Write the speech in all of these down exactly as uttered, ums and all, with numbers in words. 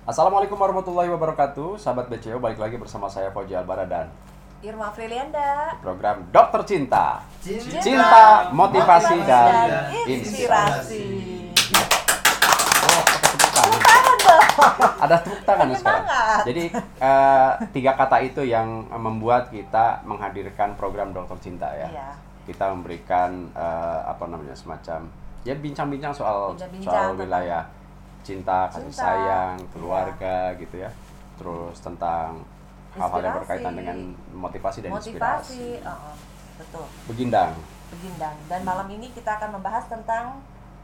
Assalamualaikum warahmatullahi wabarakatuh. Sahabat B C O, balik lagi bersama saya Fauzi Albara dan Irma Frilianda. program Dokter Cinta. Cinta, Cinta, motivasi, motivasi dan, dan inspirasi. inspirasi. Oh, pakai tepuk tangan. Tepuk tangan dong. Ada tepuk tangan Pakai sekarang. semangat. Jadi eh, tiga kata itu yang membuat kita menghadirkan program Dokter Cinta ya. Iya. Kita memberikan eh, apa namanya semacam ya bincang-bincang soal Bincang-bincang soal tentang wilayah cinta, kasih cinta, sayang, iya. keluarga gitu ya. Terus tentang hal-hal yang Inspirasi. berkaitan dengan motivasi dan Motivasi, inspirasi. uh-uh. Betul. Begindang. Begindang. Dan malam ini kita akan membahas tentang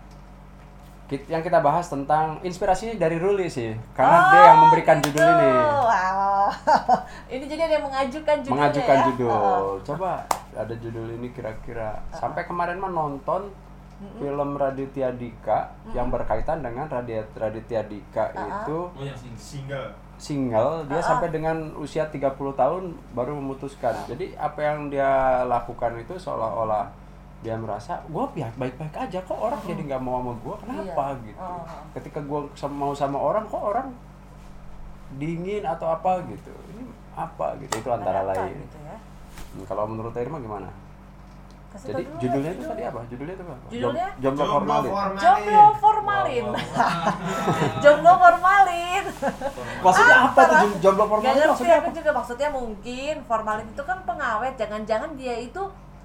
Kit- Yang kita bahas tentang inspirasinya dari Ruli sih, karena Oh, dia yang memberikan gitu. judul ini. Wow. Ini jadi ada yang mengajukan judulnya Mengajukan ya? judul. Uh-uh. Coba ada judul ini kira-kira. Sampai kemarin mah nonton Mm-mm. film Raditya Dika yang berkaitan dengan Radit Raditya Dika Uh-uh. itu Oh yang sing- single. single, dia Uh-uh. sampai dengan usia tiga puluh tahun baru memutuskan. Jadi apa yang dia lakukan itu seolah-olah dia merasa gue baik-baik aja, kok orang jadi nggak mau sama gue, kenapa Iya. gitu. Uh-uh. Ketika gue mau sama orang, kok orang dingin atau apa gitu. Ini apa gitu, itu antara Ada apa lain. gitu ya? Hmm, Kalau menurut Irma gimana? Kasih Jadi tahu dulu judulnya itu judulnya. tadi apa? Judulnya itu apa? Judulnya? Jom- Jomblo formalin. Jomblo formalin. Wow, wow, wow. Jomblo formalin. Maksudnya apa tuh Apa? jom- jomblo Gak formalin? ngerti Maksudnya aku apa? juga, maksudnya mungkin formalin itu kan pengawet, jangan-jangan dia itu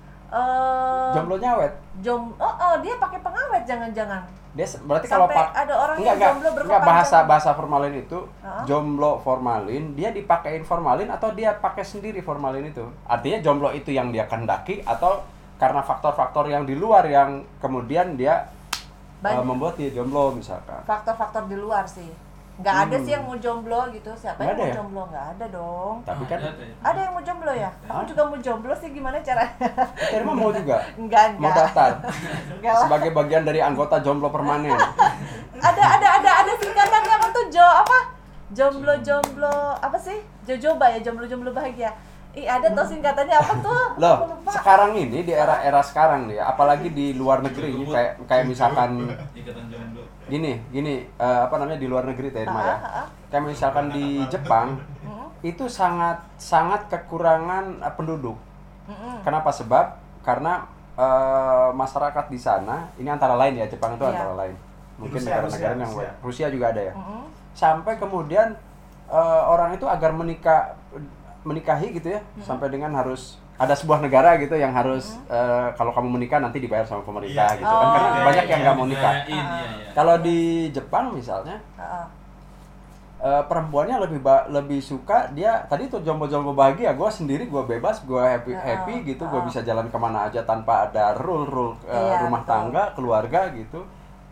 eh Jomblo nyawet. jom oh, oh dia pakai pengawet, jangan-jangan Dia se- berarti kalau sampai pak ada orang enggak yang enggak jomblo enggak bahasa berkepanjangan. bahasa formalin itu Hah? jomblo formalin, dia dipakein formalin atau dia pakai sendiri formalin itu? Artinya jomblo itu yang dia kehendaki atau karena faktor-faktor yang di luar yang kemudian dia uh, Banyak. membuat dia jomblo misalkan. Faktor-faktor di luar sih, nggak ada Hmm. sih yang mau jomblo gitu. Siapa Nggak yang ada mau ya? jomblo? Nggak ada dong. Tapi kan Ada, ada. Ada yang mau jomblo ya? Aku Ada. juga mau jomblo sih, gimana caranya? Irma mau juga Enggak, mau enggak. daftar Enggak lah. sebagai bagian dari anggota jomblo permanen. Ada ada ada ada singkatannya apa tuh, Jo apa? Jomblo jomblo apa sih? Jojoba ya, jomblo jomblo bahagia. Ih, ada tuh singkatannya apa tuh? Aku Loh, lupa. sekarang ini di era-era sekarang nih, apalagi di luar negeri ini kayak kayak misalkan Ikatan jomblo. gini, gini eh, apa namanya di luar negeri teh Irma ya. Ah, ah, ah. Kayak misalkan di Jepang Mm-mm, itu sangat sangat kekurangan eh, penduduk. mm-mm. Kenapa? Sebab karena eh, masyarakat di sana ini antara lain ya, Jepang itu Iya. antara lain. Mungkin Rusia, negara-negara Rusia, yang Rusia. Rusia juga ada ya. Mm-mm. Sampai kemudian eh, orang itu agar menikah menikahi gitu ya, sampai dengan harus ada sebuah negara gitu yang harus eh, kalau kamu menikah nanti dibayar sama pemerintah Iya. gitu kan, Oh. karena Iya, banyak Iya, yang nggak mau nikah. dibiayain, iya, iya. Kalau di Jepang misalnya Ah, ah. eh, perempuannya lebih ba- lebih suka dia tadi tuh jomblo-jomblo bahagia, gue sendiri gue bebas, gue happy Ah, happy gitu, gue ah. bisa jalan kemana aja tanpa ada rule rule eh, Iya, rumah betul. tangga keluarga gitu.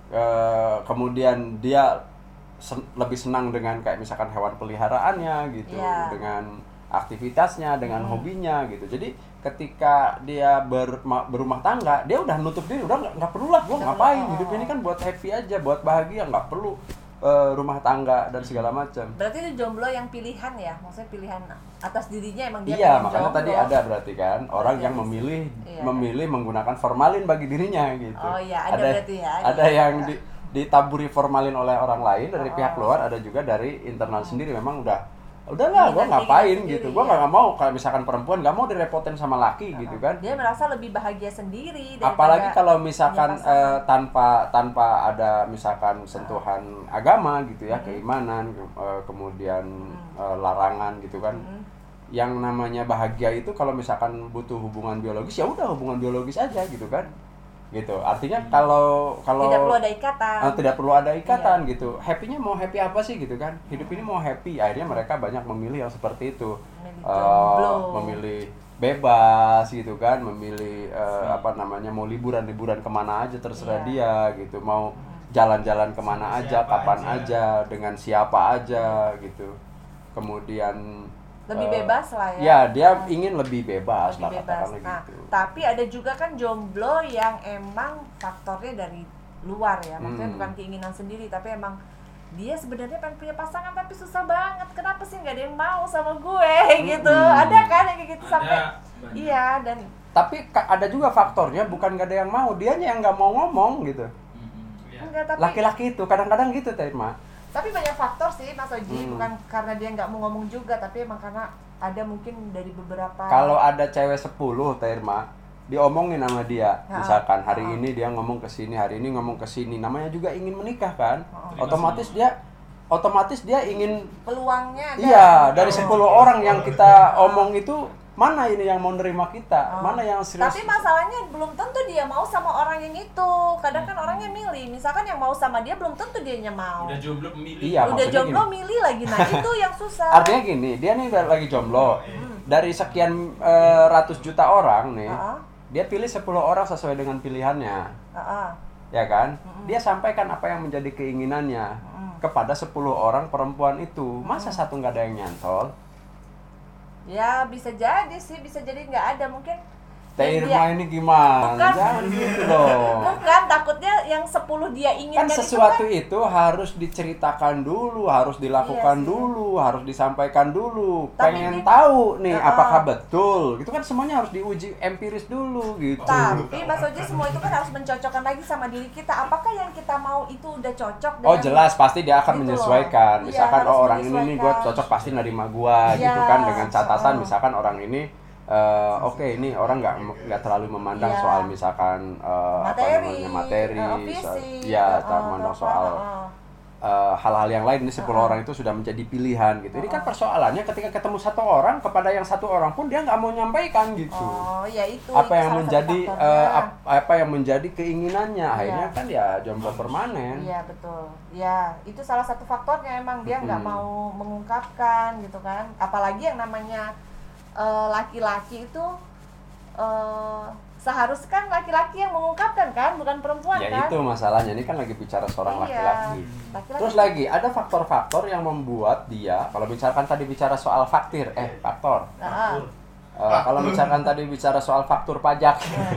Eh, kemudian dia sen- lebih senang dengan kayak misalkan hewan peliharaannya gitu, Iya. dengan aktivitasnya, dengan Hmm. hobinya gitu. Jadi ketika dia ber- ma- berumah tangga, dia udah nutup diri, udah nggak nggak perlu lah gue Nggak ngapain, perlu. hidup ini kan buat happy aja, buat bahagia, nggak perlu eh, rumah tangga dan segala macam. Berarti itu jomblo yang pilihan ya, maksudnya pilihan atas dirinya emang dia Iya, pengen makanya jomblo. tadi ada berarti kan orang Berarti yang ada sih. memilih Iya, memilih menggunakan formalin bagi dirinya gitu. Oh iya, ada berarti ya, Ada iya. yang di, ditaburi formalin oleh orang lain dari Oh. pihak luar, ada juga dari internal sendiri. Memang udah udahlah, Iya, gue dari ngapain dirinya gitu. sendiri, Gue iya. nggak mau kalau misalkan perempuan nggak mau direpotin sama laki gitu kan. Dia merasa lebih bahagia sendiri daripada Apalagi kalau misalkan punya pasangan. eh, tanpa tanpa ada misalkan sentuhan agama gitu ya, Hmm. keimanan, ke- eh, kemudian Hmm. eh, larangan gitu kan. Mm-mm. Yang namanya bahagia itu kalau misalkan butuh hubungan biologis ya udah hubungan biologis aja gitu kan. Gitu. Artinya kalau kalau Tidak perlu ada ikatan. eh, tidak perlu ada ikatan Iya. gitu. Happy-nya mau happy apa sih gitu kan? Hidup ini mau happy. Akhirnya mereka banyak memilih yang seperti itu. Memilih Eh, jomblo. memilih bebas gitu kan, memilih eh, apa namanya mau liburan-liburan kemana aja terserah Iya. dia gitu, mau jalan-jalan kemana Sama aja, siapa kapan aja. aja, dengan siapa aja gitu. Kemudian Lebih eh, bebas lah ya. Ya, dia Nah, ingin lebih bebas lebih lah bebas. katakanlah Nah, gitu. tapi ada juga kan jomblo yang emang faktornya dari luar ya, maksudnya Hmm. bukan keinginan sendiri, tapi emang dia sebenarnya pengen punya pasangan tapi susah banget. Kenapa sih nggak ada yang mau sama gue gitu? Hmm. Ada kan yang kayak gitu sampai Ada, banyak. iya dan Tapi ka- ada juga faktornya bukan gak ada yang mau, dianya yang nggak mau ngomong gitu. Mm-mm, iya. enggak tapi Laki-laki itu kadang-kadang gitu teh, Ma. Tapi banyak faktor sih Mas Oji, Hmm. bukan karena dia nggak mau ngomong juga, tapi emang karena ada mungkin dari beberapa. Kalau ada cewek sepuluh, Teh Irma, diomongin sama dia, Ha, misalkan hari ha. ini dia ngomong ke sini, hari ini ngomong ke sini, namanya juga ingin menikah kan? Ha. Otomatis dia otomatis dia ingin Peluangnya ada. iya, dari Oh. sepuluh orang yang kita omong itu mana ini yang mau nerima kita? Oh. Mana yang serius? Tapi masalahnya belum tentu dia mau sama orang yang itu. Kadang kan orangnya milih. Misalkan yang mau sama dia belum tentu dianya mau. Udah jomblo memilih. Iya, Udah maksudnya jomblo gini. milih lagi. Nah, itu yang susah. Artinya gini, dia nih udah lagi jomblo. Hmm. Dari sekian eh, ratus juta orang nih, Ha-ha. dia pilih sepuluh orang sesuai dengan pilihannya. Ha-ha. Ya kan? Mm-mm. Dia sampaikan apa yang menjadi keinginannya Mm. kepada sepuluh orang perempuan itu. Masa satu nggak ada yang nyantol? Ya bisa jadi sih, bisa jadi nggak ada mungkin. Teh yang Irma dia- ini gimana? Bukan. Jangan gitu dong. Bukan, takutnya yang sepuluh dia inginkan Kan itu sesuatu kan- itu harus diceritakan dulu, harus dilakukan Iya sih. dulu, harus disampaikan dulu. Tapi Pengen ini- tahu nih Uh-uh. apakah betul. Gitu kan semuanya harus diuji empiris dulu gitu. Tapi Mas Oji, semua itu kan harus mencocokkan lagi sama diri kita. Apakah yang kita mau itu udah cocok dengan Oh jelas pasti dia akan Gitu loh. menyesuaikan. Iya, Misalkan harus oh orang ini nih gue menyesuaikan. cocok pasti nerima gua Iya, gitu kan, dengan catatan uh. misalkan orang ini eh, oke ini orang nggak nggak terlalu memandang Iya. soal misalkan eh, apa materi, namanya materi, uh, so- fisik, ya uh, tak memandang atau soal apa, uh. eh, hal-hal yang lain. Ini sepuluh Uh-uh. orang itu sudah menjadi pilihan gitu. Ini kan Uh-uh. persoalannya ketika ketemu satu orang, kepada yang satu orang pun dia nggak mau nyampaikan gitu. Oh, ya itu. apa itu yang salah satu menjadi faktornya. eh, ap- apa yang menjadi keinginannya, akhirnya Iya. kan ya jomblo permanen. Iya betul. Ya itu salah satu faktornya, emang dia nggak Mm-mm. mau mengungkapkan gitu kan. Apalagi yang namanya eh, laki-laki itu eh, seharusnya kan laki-laki yang mengungkapkan kan, bukan perempuan Ya kan. itu masalahnya, ini kan lagi bicara seorang Iya. laki-laki. Laki-laki. Terus lagi ada faktor-faktor yang membuat dia, kalau misalkan tadi bicara soal faktir, eh faktor. Ah, Eh, kalau misalkan tadi bicara soal faktur pajak,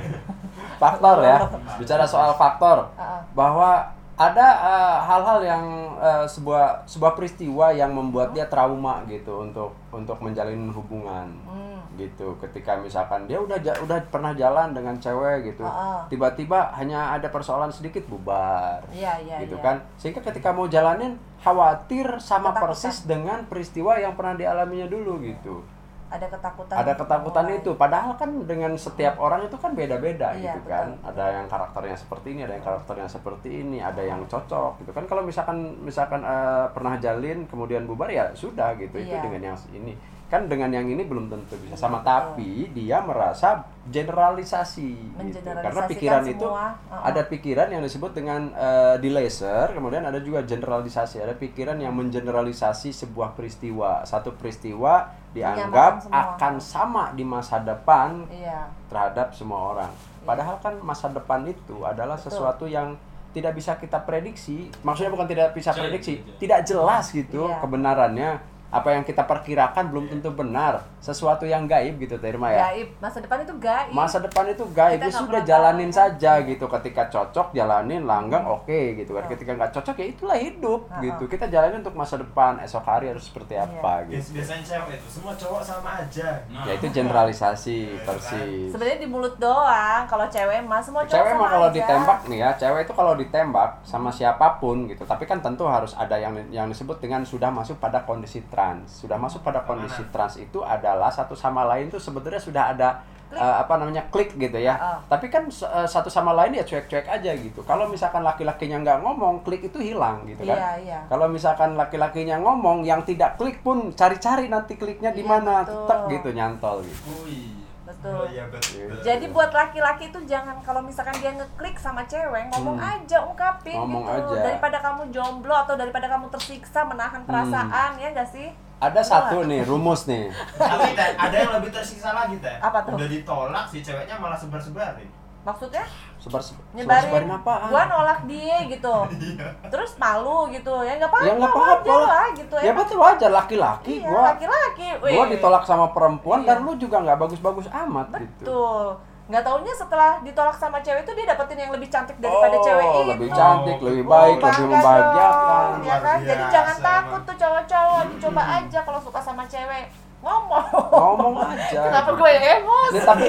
faktor ya, bicara soal faktor, ah, ah. bahwa ada eh, hal-hal yang eh, sebuah sebuah peristiwa yang membuat dia trauma gitu untuk untuk menjalin hubungan. Hmm. Gitu, ketika misalkan dia udah ja- udah pernah jalan dengan cewek gitu, Ah, ah. tiba-tiba hanya ada persoalan sedikit bubar. Iya iya. Gitu iya. kan, sehingga ketika mau jalanin khawatir sama Ketakutan. persis dengan peristiwa yang pernah dialaminya dulu gitu. Ada ketakutan. Ada ketakutan mulai. itu, padahal kan dengan setiap orang itu kan beda-beda Iya, gitu kan. betul. Ada yang karakternya seperti ini, ada yang karakternya seperti ini, ada yang cocok gitu kan. Kalau misalkan misalkan eh, pernah jalin kemudian bubar ya sudah gitu. Itu Iya. dengan yang ini. Kan dengan yang ini belum tentu bisa sama, Betul. tapi dia merasa generalisasi gitu. Mengeneralisasikan Karena pikiran itu semua, uh-uh. ada pikiran yang disebut dengan eh, di laser, kemudian ada juga generalisasi. Ada pikiran yang mengeneralisasi sebuah peristiwa. Satu peristiwa dianggap Menyamakan semua. akan sama di masa depan Iya. terhadap semua orang. Padahal kan masa depan itu adalah Betul. sesuatu yang tidak bisa kita prediksi. Maksudnya bukan tidak bisa Jauh, prediksi, jauh. tidak jelas gitu Iya. kebenarannya. Apa yang kita perkirakan belum tentu benar. Sesuatu yang gaib gitu, Teh Irma ya. Gaib. Masa depan itu gaib. Masa depan itu gaib, Kita ya nggak sudah pernah jalanin tahu, kan? saja gitu. Ketika cocok jalanin, langgang oke gitu kan. Oh. Ketika nggak cocok ya itulah hidup Oh. gitu. Kita jalanin untuk masa depan, esok hari harus seperti Iya. apa gitu. Bias- biasanya cewek itu semua cowok sama aja. Nah, Ya itu generalisasi persis. Sebenarnya di mulut doang. Kalau cewek mah semua cowok Cewek sama mah kalau aja. ditembak nih ya, cewek itu kalau ditembak sama siapapun gitu. Tapi kan tentu harus ada yang yang disebut dengan sudah masuk pada kondisi trans. Sudah masuk pada kondisi trans itu adalah satu sama lain tuh sebetulnya sudah ada Klik. eh, apa namanya klik gitu ya. Ah. Tapi kan s- eh, satu sama lain ya cuek-cuek aja gitu. Kalau misalkan laki-lakinya nggak ngomong, klik itu hilang gitu kan. Iya, iya. Kalau misalkan laki-lakinya ngomong, yang tidak klik pun cari-cari nanti kliknya di Iya, mana, betul. tetap gitu nyantol gitu. Oh iya. Betul. Oh, iya betul. Jadi buat laki-laki itu jangan, kalau misalkan dia ngeklik sama cewek, ngomong Hmm. aja, ungkapin Ngomong gitu. aja. Daripada kamu jomblo atau daripada kamu tersiksa menahan perasaan, ya enggak sih? Ada satu nih rumus nih. Tapi Teh, ada yang lebih tersiksa lagi Teh. Apa tuh? Udah ditolak si ceweknya malah sebar-sebarin. Maksudnya Sebar sebar nyebarin, sebarin apaan? gua nolak dia gitu. Terus malu gitu, ya nggak apa-apa, Ya nggak apa-apa wajar lah. lah gitu. Ya Emang- betul aja laki-laki. Iya, Gua laki-laki. gua Wih. ditolak sama perempuan Iya. dan lu juga nggak bagus-bagus amat gitu. Betul. Nggak taunya setelah ditolak sama cewek itu dia dapetin yang lebih cantik daripada Oh, cewek itu. lebih cantik, lebih Oh, baik, Bangga lebih membahagiakan. dong, ya kan? Luar Jadi biasa jangan takut emang. tuh cowok-cowok, dicoba aja kalau suka sama cewek. Ngomong. Ngomong aja. Kenapa gitu. gue yang emosi? Ya, tapi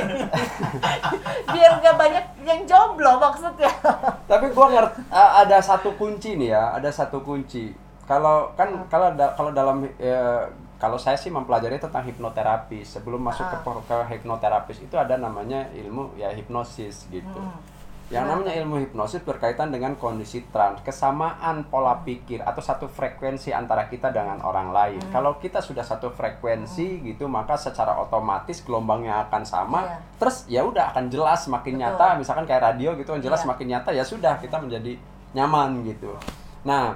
Biar nggak banyak yang jomblo maksudnya. tapi gua ngerti ada satu kunci nih ya, ada satu kunci. Kalau kan kalau da- kalau dalam eh, kalau saya sih mempelajari tentang hipnoterapi. Sebelum masuk ke, Ah. ke hipnoterapis itu ada namanya ilmu ya hipnosis gitu. Hmm. Yang namanya ilmu hipnosis berkaitan dengan kondisi trans, kesamaan pola pikir atau satu frekuensi antara kita dengan orang lain. Hmm. Kalau kita sudah satu frekuensi gitu, maka secara otomatis gelombangnya akan sama. Iya. Terus ya udah akan jelas makin Betul. nyata, misalkan kayak radio gitu kan jelas Iya. makin nyata ya sudah kita menjadi nyaman gitu. Nah,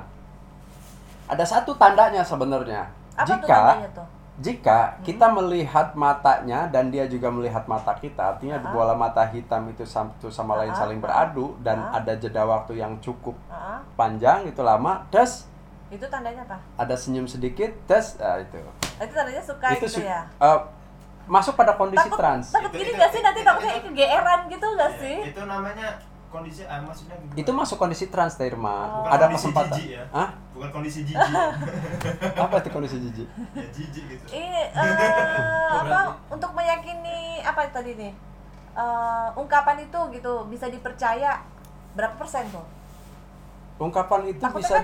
ada satu tandanya sebenarnya. Apa tuh Jika tandanya tuh? jika kita melihat matanya dan dia juga melihat mata kita, artinya Ah. bola mata hitam itu satu sama lain Ah, saling ah, beradu dan ah. ada jeda waktu yang cukup Ah, panjang itu lama, terus itu tandanya apa? ada senyum sedikit, terus ah, itu Ah, itu tandanya suka itu gitu su- ya. eh, masuk pada kondisi Takut, trans. takut Itu- gini itu- gak sih itu- nanti itu- takutnya itu- kegeeran gitu gak Ya, sih? itu namanya kondisi ah, maksudnya gimana? Itu masuk kondisi trans, Irma. Oh. Bukan Ada kondisi kesempatan. jijik ya? Hah? Bukan kondisi jijik. Apa itu kondisi jijik? Ya jijik gitu. Ini eh, apa untuk meyakini apa tadi nih Eh, ungkapan itu gitu bisa dipercaya berapa persen tuh? Ungkapan itu Takutnya bisa kan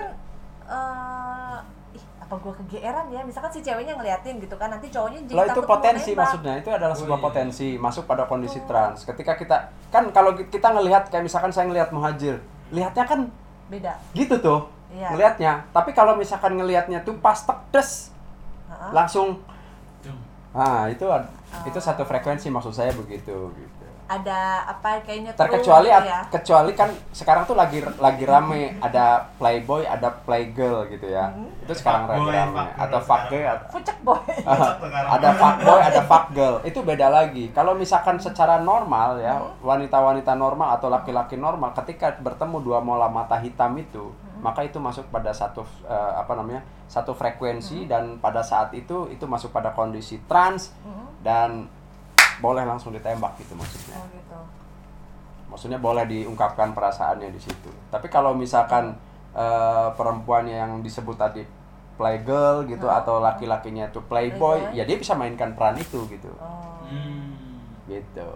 eh, ih apa gua kegeeran ya, misalkan si ceweknya ngeliatin gitu kan, nanti cowoknya jadi Loh, itu takut mau potensi nembak. maksudnya, itu adalah Oh, sebuah iya. potensi masuk pada kondisi Oh. trans. Ketika kita kan kalau kita ngelihat kayak misalkan saya ngelihat Muhajir, lihatnya kan Beda. gitu tuh. Iya. Ngelihatnya. Tapi kalau misalkan ngelihatnya tuh pas tek des Heeh. langsung Jum. ah itu ad- itu Oh. satu frekuensi maksud saya begitu gitu. Ada apa kayaknya Terkecuali gitu ya. kecuali kan sekarang tuh lagi lagi rame ada playboy, ada playgirl gitu ya. Hmm. Itu sekarang lagi Fuckboy, rame fuckgirl atau sekarang. fuckboy atau Pucek boy. ada fuckboy, ada fuckgirl. Itu beda lagi. Kalau misalkan secara normal ya, wanita-wanita normal atau laki-laki normal ketika bertemu dua bola mata hitam itu, maka itu masuk pada satu eh, apa namanya? satu frekuensi dan pada saat itu itu masuk pada kondisi trans Hmm. dan boleh langsung ditembak gitu maksudnya. Oh gitu. Maksudnya boleh diungkapkan perasaannya di situ. Tapi kalau misalkan eh, perempuannya yang disebut tadi playgirl gitu Hmm. atau laki-lakinya itu playboy, Playboy. ya dia bisa mainkan peran itu gitu. Oh. Hmm. Gitu.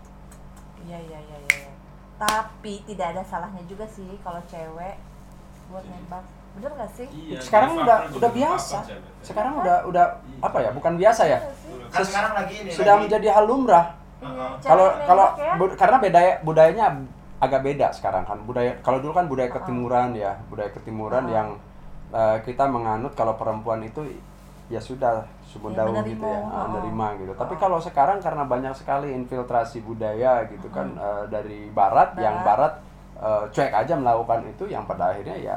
Iya iya iya iya. Tapi tidak ada salahnya juga sih kalau cewek buat nembak. Bener gak sih? Iya, Sekarang jadi udah faktor udah juga biasa. faktor, cewek. Sekarang udah udah apa ya? Bukan biasa ya. Iya sih. Kan Ses- sekarang lagi ini Sudah lagi- menjadi hal lumrah. Heeh. Cewek Kalau nembak kalau ya? bu- karena beda budayanya agak beda sekarang kan. Budaya kalau dulu kan budaya Uh-uh. ketimuran ya, budaya ketimuran Uh-uh. yang eh, kita menganut kalau perempuan itu ya sudah sumendau Ya, gitu menerima, ya, ah, uh-uh. menerima gitu. Tapi Uh-uh. kalau sekarang karena banyak sekali infiltrasi budaya gitu kan eh, dari barat, yang barat eh, cuek aja melakukan itu yang pada akhirnya ya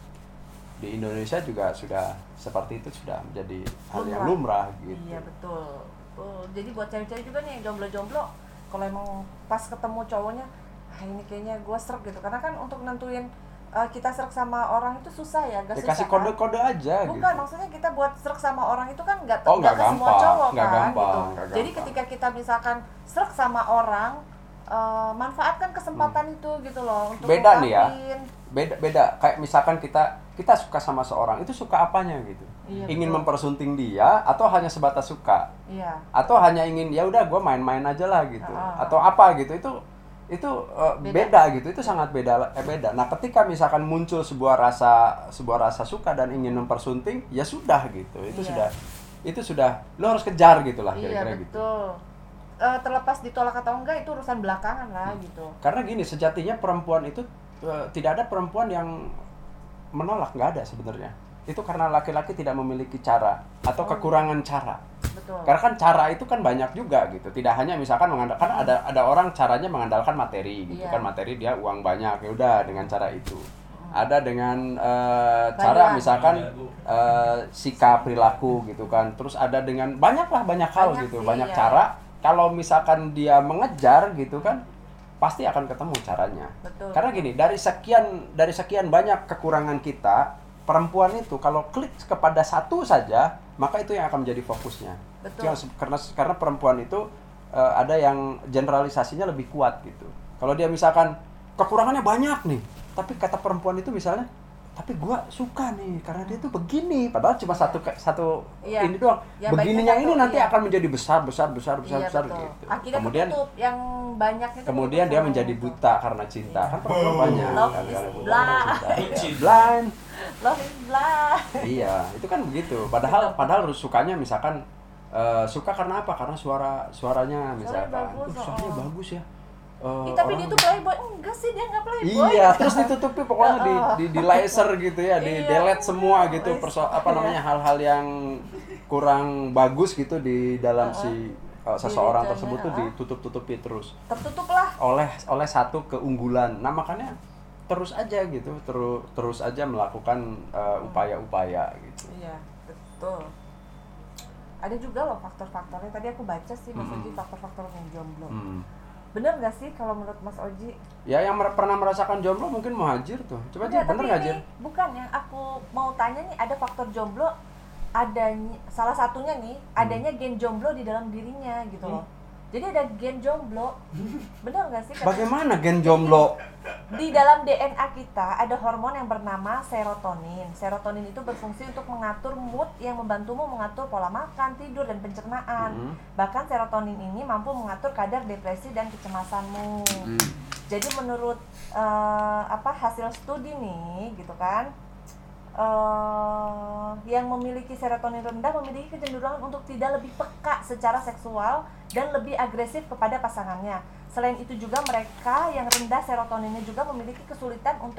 di Indonesia juga sudah seperti itu, sudah menjadi hal yang lumrah gitu. Iya betul. Betul. Jadi buat cewek-cewek juga nih yang jomblo-jomblo, kalau emang pas ketemu cowoknya, ah ini kayaknya gue serak gitu. Karena kan untuk nentuin uh, kita serak sama orang itu susah ya, gak Ya susah kasih kan? kode-kode aja Bukan, gitu. maksudnya kita buat serak sama orang itu kan nggak Oh, nggak nggak ke semua gampang, cowok nggak kan gampang, gitu. nggak Jadi gampang. ketika kita misalkan serak sama orang, uh, manfaatkan kesempatan itu gitu loh untuk Hmm. Beda nih ya. ungkapin. Beda beda kayak misalkan kita kita suka sama seorang, itu suka apanya gitu. Iya, Ingin betul. mempersunting dia atau hanya sebatas suka, Iya. atau hanya ingin ya udah gue main-main aja lah gitu, Ah. atau apa gitu. Itu itu uh, Beda. beda. gitu, itu sangat beda eh, beda. Nah, ketika misalkan muncul sebuah rasa sebuah rasa suka dan ingin mempersunting, ya sudah gitu. Itu Iya. sudah itu sudah lo harus kejar gitu lah Iya kira-kira gitu. betul. Eh, terlepas ditolak atau enggak itu urusan belakangan lah gitu. Karena gini, sejatinya perempuan itu eh, tidak ada perempuan yang menolak, nggak ada sebenarnya. Itu karena laki-laki tidak memiliki cara atau Oh. kekurangan cara. Betul. Karena kan cara itu kan banyak juga gitu. Tidak hanya misalkan mengandalkan ada ada orang caranya mengandalkan materi gitu Iya. kan, materi dia uang banyak ya udah dengan cara itu. Ada dengan eh, cara Bayar. misalkan eh, sikap perilaku gitu kan. Terus ada dengan banyaklah banyak hal Banyak gitu, sih, banyak iya. cara. Kalau misalkan dia mengejar gitu kan, pasti akan ketemu caranya. Betul. Karena gini, dari sekian dari sekian banyak kekurangan kita, perempuan itu kalau klik kepada satu saja, maka itu yang akan menjadi fokusnya. Betul. Itu yang se- karena karena perempuan itu eh, ada yang generalisasinya lebih kuat gitu. Kalau dia misalkan kekurangannya banyak nih, tapi kata perempuan itu misalnya, tapi gua suka nih karena dia tuh begini, padahal cuma satu ke- satu Iya. ini doang. Yang Begininya baiknya ini satu, nanti iya. akan menjadi besar besar besar besar Iya, besar betul. gitu. Akhirnya Kemudian ketutup yang banyaknya itu kemudian dia ketutup menjadi sama buta karena cinta. Iya. Kan perempuan banyak Love kan, is karena buta blind. karena cinta. Blind. Love is blind. Iya, itu kan begitu. Padahal padahal sukanya misalkan eh, suka karena apa? Karena suara suaranya misalkan. bagus, Uh, suaranya oh. bagus ya. Eh, Ih, tapi orang- dia tuh playboy. Enggak sih, dia enggak playboy. Iya, terus ditutupi pokoknya di di, di laser gitu ya, di Iya. delete semua gitu Wis. perso apa namanya hal-hal yang kurang bagus gitu di dalam si uh, seseorang Diri tersebut tuh uh-uh. ditutup-tutupi terus Tertutup lah. oleh oleh satu keunggulan. Nah, makanya terus aja gitu, terus terus aja melakukan uh, upaya-upaya gitu. Iya, betul. Ada juga loh faktor-faktornya. Tadi aku baca sih Mas Mm-mm. Oji faktor-faktor yang jomblo. Hmm. Bener nggak sih kalau menurut Mas Oji? Ya yang mer- pernah merasakan jomblo mungkin muhajir tuh. Coba Jir, Enggak, bener tapi nggak ini Jir? bukan yang aku mau tanya nih, ada faktor jomblo adanya, salah satunya nih adanya gen jomblo di dalam dirinya gitu loh. Jadi ada gen jomblo, bener nggak sih? Kata- Bagaimana gen jomblo? Di dalam D N A kita ada hormon yang bernama serotonin. Serotonin itu berfungsi untuk mengatur mood yang membantumu mengatur pola makan, tidur, dan pencernaan. Mhm. Bahkan serotonin ini mampu mengatur kadar depresi dan kecemasanmu. Hmm. Jadi menurut eh, apa hasil studi nih gitu kan, eh, yang memiliki serotonin rendah memiliki kecenderungan untuk tidak lebih peka secara seksual dan lebih agresif kepada pasangannya. Selain itu juga mereka yang rendah serotoninnya juga memiliki kesulitan untuk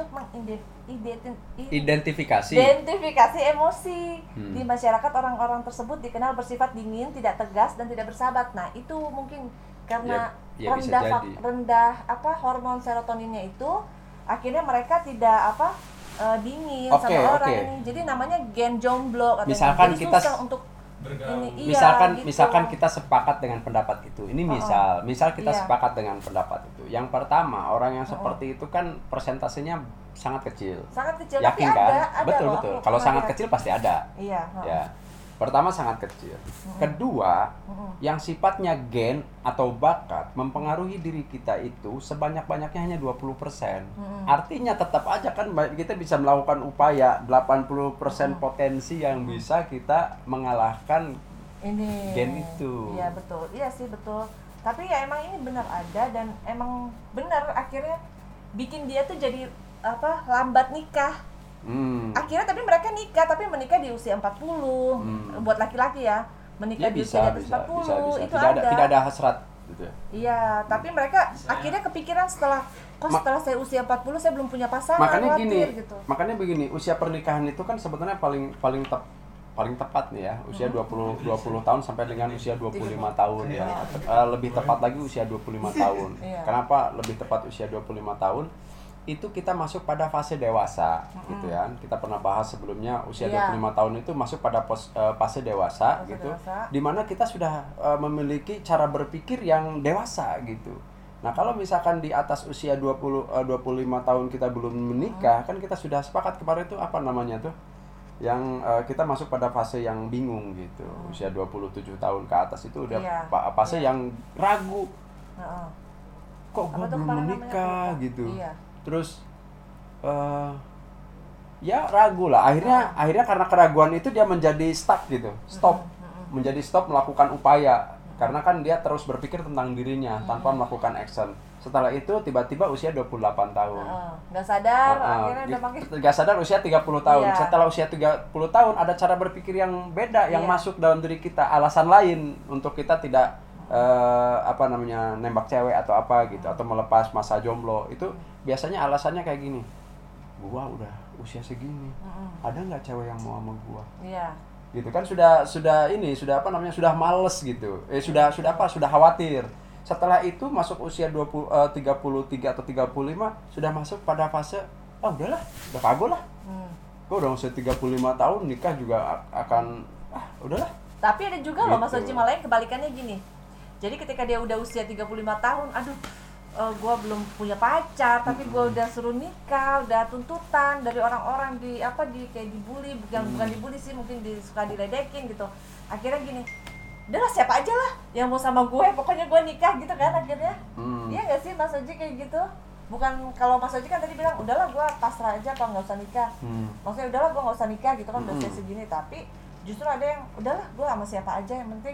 Identifikasi. mengidentifikasi emosi. Hmm. Di masyarakat orang-orang tersebut dikenal bersifat dingin, tidak tegas, dan tidak bersahabat. Nah itu mungkin karena Ya, ya bisa rendah fak- jadi. rendah apa hormon serotoninnya itu akhirnya mereka tidak apa eh, dingin Oke, sama orang oke. ini. Jadi namanya gen jomblo katanya. Misalkan Jadi kita susah s- untuk Bergaul. ini iya, misalkan gitu. misalkan kita sepakat dengan pendapat itu. Ini Oh, misal, misal kita iya. sepakat dengan pendapat itu. Yang pertama, orang yang seperti itu kan persentasenya sangat kecil. sangat kecil Yakin tapi kan? ada, ada betul loh, betul. aku Kalau pernah sangat lihat. kecil pasti ada. Iya. heeh. Ya. Pertama sangat kecil. Kedua, Mm-mm. yang sifatnya gen atau bakat mempengaruhi diri kita itu sebanyak-banyaknya hanya dua puluh persen. Mm-mm. Artinya tetap aja kan kita bisa melakukan upaya delapan puluh persen Mm-mm. potensi yang bisa kita mengalahkan Ini gen itu. Iya betul, iya sih betul. Tapi ya emang ini benar ada dan emang benar akhirnya bikin dia tuh jadi apa lambat nikah. Hmm. Akhirnya tapi mereka nikah tapi menikah di usia empat puluh. Hmm. Buat laki-laki ya, menikah Ya di bisa, usia di atas bisa, empat puluh bisa, bisa. itu Tidak ada, ada. tidak ada hasrat gitu ya. Iya, tapi mereka Saya- akhirnya kepikiran setelah kok Ma- setelah saya usia empat puluh saya belum punya pasangan. Makanya khawatir gini, gitu. makanya begini, usia pernikahan itu kan sebenarnya paling paling tep, paling tepat nih ya, usia dua puluh dua puluh tahun sampai dengan usia dua puluh lima tahun ya. Eh, lebih tepat lagi usia dua puluh lima tahun. Iya. Kenapa lebih tepat usia dua puluh lima tahun? Itu kita masuk pada fase dewasa gitu ya. Kita pernah bahas sebelumnya usia Iya. dua puluh lima tahun itu masuk pada pos, eh, fase dewasa Fase gitu. dewasa. Di mana kita sudah eh, memiliki cara berpikir yang dewasa gitu. Nah, kalau misalkan di atas usia dua puluh eh, dua puluh lima tahun kita belum menikah, kan kita sudah sepakat kemarin itu apa namanya tuh? Yang eh, kita masuk pada fase yang bingung gitu. Usia dua puluh tujuh tahun ke atas itu udah Iya, pa- fase iya. yang ragu. Heeh. Kok Apa gue tuh belum kemarin namanya? menikah Aku lupa. gitu. Iya. Terus eh ya ragu lah. Akhirnya akhirnya karena keraguan itu dia menjadi stuck gitu. Stop. Menjadi stop melakukan upaya. Karena kan dia terus berpikir tentang dirinya tanpa melakukan action. Setelah itu tiba-tiba usia dua puluh delapan tahun. Heeh. Nggak sadar Heeh. akhirnya udah makin Gak sadar usia tiga puluh tahun. Iya. Setelah usia tiga puluh tahun ada cara berpikir yang beda yang Iya. masuk dalam diri kita, alasan lain untuk kita tidak eh, apa namanya nembak cewek atau apa gitu atau melepas masa jomblo. Itu biasanya alasannya kayak gini. Gua udah usia segini. Mm-mm. Ada nggak cewek yang mau sama gua? Iya. Gitu kan sudah sudah ini sudah apa namanya sudah males gitu. Eh sudah sudah apa? Sudah khawatir. Setelah itu masuk usia dua puluh eh, tiga puluh tiga atau tiga puluh lima sudah masuk pada fase ah udahlah, udah kagok lah. Hmm. Gue udah usia tiga puluh lima tahun nikah juga a- akan ah udahlah. Tapi ada juga loh Mas Gitu. Oji malah yang kebalikannya gini. Jadi ketika dia udah usia tiga puluh lima tahun, aduh eh, gua belum punya pacar, tapi gua udah suruh nikah, udah tuntutan dari orang-orang di apa di kayak dibully, bukan Hmm. bukan dibully sih, mungkin di, suka diledekin gitu. Akhirnya gini, udahlah siapa aja lah yang mau sama gue, pokoknya gue nikah gitu kan akhirnya. Hmm. Iya nggak sih Mas Oji kayak gitu? Bukan kalau Mas Oji kan tadi bilang udahlah gue pasrah aja apa nggak usah nikah. Hmm. Maksudnya udahlah gue nggak usah nikah gitu kan udah Mm-mm. usia segini, tapi justru ada yang udahlah gue sama siapa aja yang penting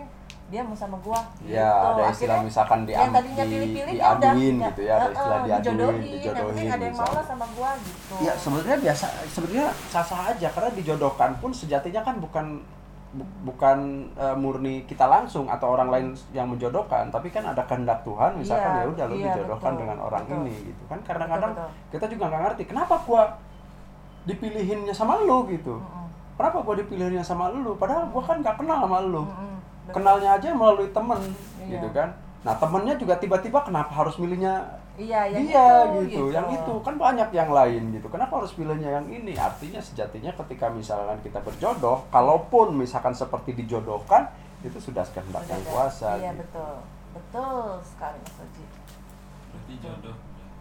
dia mau sama gua. Ya, gitu. ada istilah Akhirnya misalkan di, yang tadinya di, pilih-pilih dia udah diaduin nggak- gitu ya, ada eh, istilah eh, diaduin, dijodohin, yang penting dijodohin ada yang mau misalnya. lah sama gua gitu. Ya sebenarnya biasa, sebenarnya sah-sah aja karena dijodohkan pun sejatinya kan bukan bu- bukan eh, murni kita langsung atau orang lain yang menjodohkan, tapi kan ada kehendak Tuhan misalkan Iya, ya udah lu iya, dijodohkan betul, dengan orang betul. ini gitu kan. Kadang-kadang Betul, kita juga nggak ngerti kenapa gua dipilihinnya sama lu gitu. Mm-mm. Kenapa gua dipilihinnya sama lu padahal gua kan nggak kenal sama lu. Mm-mm, betul. Kenalnya aja melalui temen Iya. gitu kan. Nah temennya juga tiba-tiba kenapa harus milihnya Iya, yang dia itu, gitu, yang itu kan banyak yang lain gitu. Kenapa harus pilihnya yang ini? Artinya sejatinya ketika misalkan kita berjodoh, kalaupun misalkan seperti dijodohkan, itu sudah kehendak Udah yang ada. kuasa. Iya, gitu. betul. Betul sekali Mas Oji. Berarti jodoh.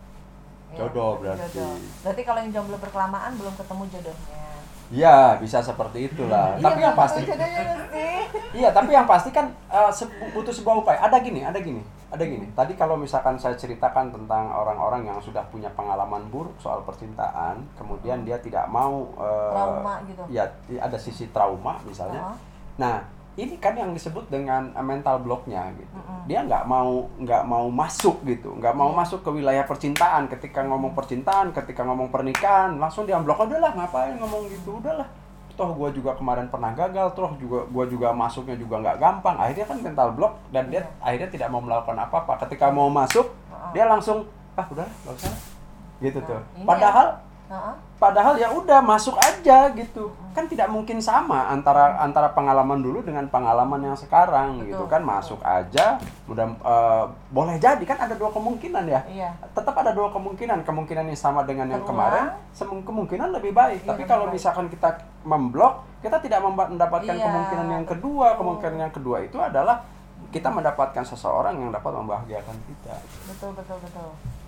Iya, Jodoh berarti. jodoh. Berarti kalau yang jomblo berkelamaan belum ketemu jodohnya. Iya, bisa seperti itulah. Iya, tapi yang belum pasti, ketemu jodohnya mesti. iya, tapi yang pasti kan uh, se- butuh sebuah upaya. Ada gini, ada gini, ada gini. Tadi kalau misalkan saya ceritakan tentang orang-orang yang sudah punya pengalaman buruk soal percintaan, kemudian dia tidak mau uh, Trauma gitu. ya ada sisi trauma misalnya. Oh. Nah, ini kan yang disebut dengan uh, mental blocknya gitu. Mm-mm. Dia nggak mau nggak mau masuk gitu, nggak mau Iya. masuk ke wilayah percintaan. Ketika ngomong percintaan, ketika ngomong pernikahan, langsung dia blok. Udahlah, ngapain ngomong gitu? Udahlah. Toh gue juga kemarin pernah gagal, toh juga gue juga masuknya juga nggak gampang. Akhirnya kan mental block dan dia Iya. akhirnya tidak mau melakukan apa-apa. Ketika mau masuk, Heeh. dia langsung ah udah nggak usah gitu Nah, tuh. ini Padahal Heeh. Padahal ya udah masuk aja gitu. Kan tidak mungkin sama antara antara pengalaman dulu dengan pengalaman yang sekarang Betul, gitu kan. betul. Masuk aja, mudah eh, boleh jadi kan ada dua kemungkinan ya. Iya. Tetap ada dua kemungkinan, kemungkinan yang sama dengan yang Terulang. kemarin, sem- kemungkinan lebih baik. Iya, Tapi lebih kalau baik. misalkan kita memblok, kita tidak memba- mendapatkan Iya, kemungkinan yang kedua. Kemungkinan yang kedua itu adalah kita mendapatkan seseorang yang dapat membahagiakan kita. Betul, betul, betul.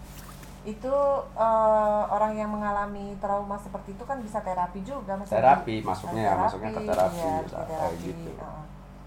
Itu eh, orang yang mengalami trauma seperti itu kan bisa terapi juga Mas Oji. Terapi masuknya ya, Terapi, masuknya ke terapi, iya, ya, ke kayak terapi. gitu. Heeh.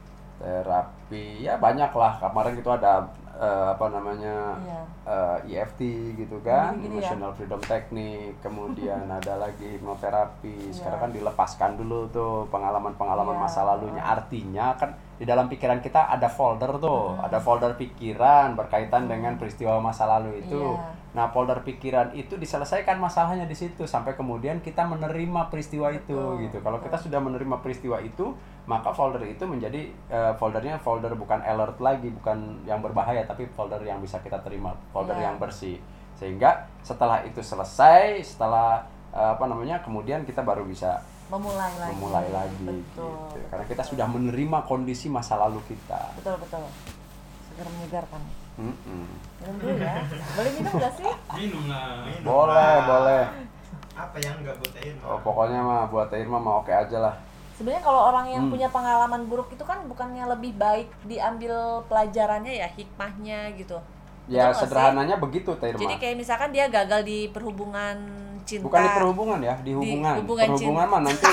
Terapi ya banyak lah. Kemarin itu ada eh, apa namanya Iya. eh, E F T gitu kan, Gini-gini ya. Emotional Freedom Technique, kemudian ada lagi hipnoterapi. Iya. Sekarang kan dilepaskan dulu tuh pengalaman-pengalaman Iya. masa lalunya. Artinya kan di dalam pikiran kita ada folder tuh, Hmm. ada folder pikiran berkaitan dengan peristiwa masa lalu itu. Iya. Nah, folder pikiran itu diselesaikan masalahnya di situ sampai kemudian kita menerima peristiwa itu Betul, gitu. Kalau betul. kita sudah menerima peristiwa itu, maka folder itu menjadi eh, foldernya folder bukan alert lagi, bukan yang berbahaya, tapi folder yang bisa kita terima, folder Iya. yang bersih. Sehingga setelah itu selesai, setelah eh, apa namanya, kemudian kita baru bisa Memulai lagi. memulai lagi Betul. gitu. betul, Karena kita betul. sudah menerima kondisi masa lalu kita. Betul, betul. Segar menyegarkan. Mm-mm. Minum dulu ya. Boleh minum nggak sih? Minum lah. Minum Boleh, lah. boleh. Apa yang enggak buat air? Oh, pokoknya mah buat Irma mah oke aja lah. Sebenarnya kalau orang yang Hmm. punya pengalaman buruk itu kan bukannya lebih baik diambil pelajarannya ya, hikmahnya gitu. Ya Betul nggak sih? sederhananya begitu Teh Irma. Jadi kayak misalkan dia gagal di perhubungan cinta. Bukan di perhubungan ya, di hubungan. hubungan Perhubungan mah nanti.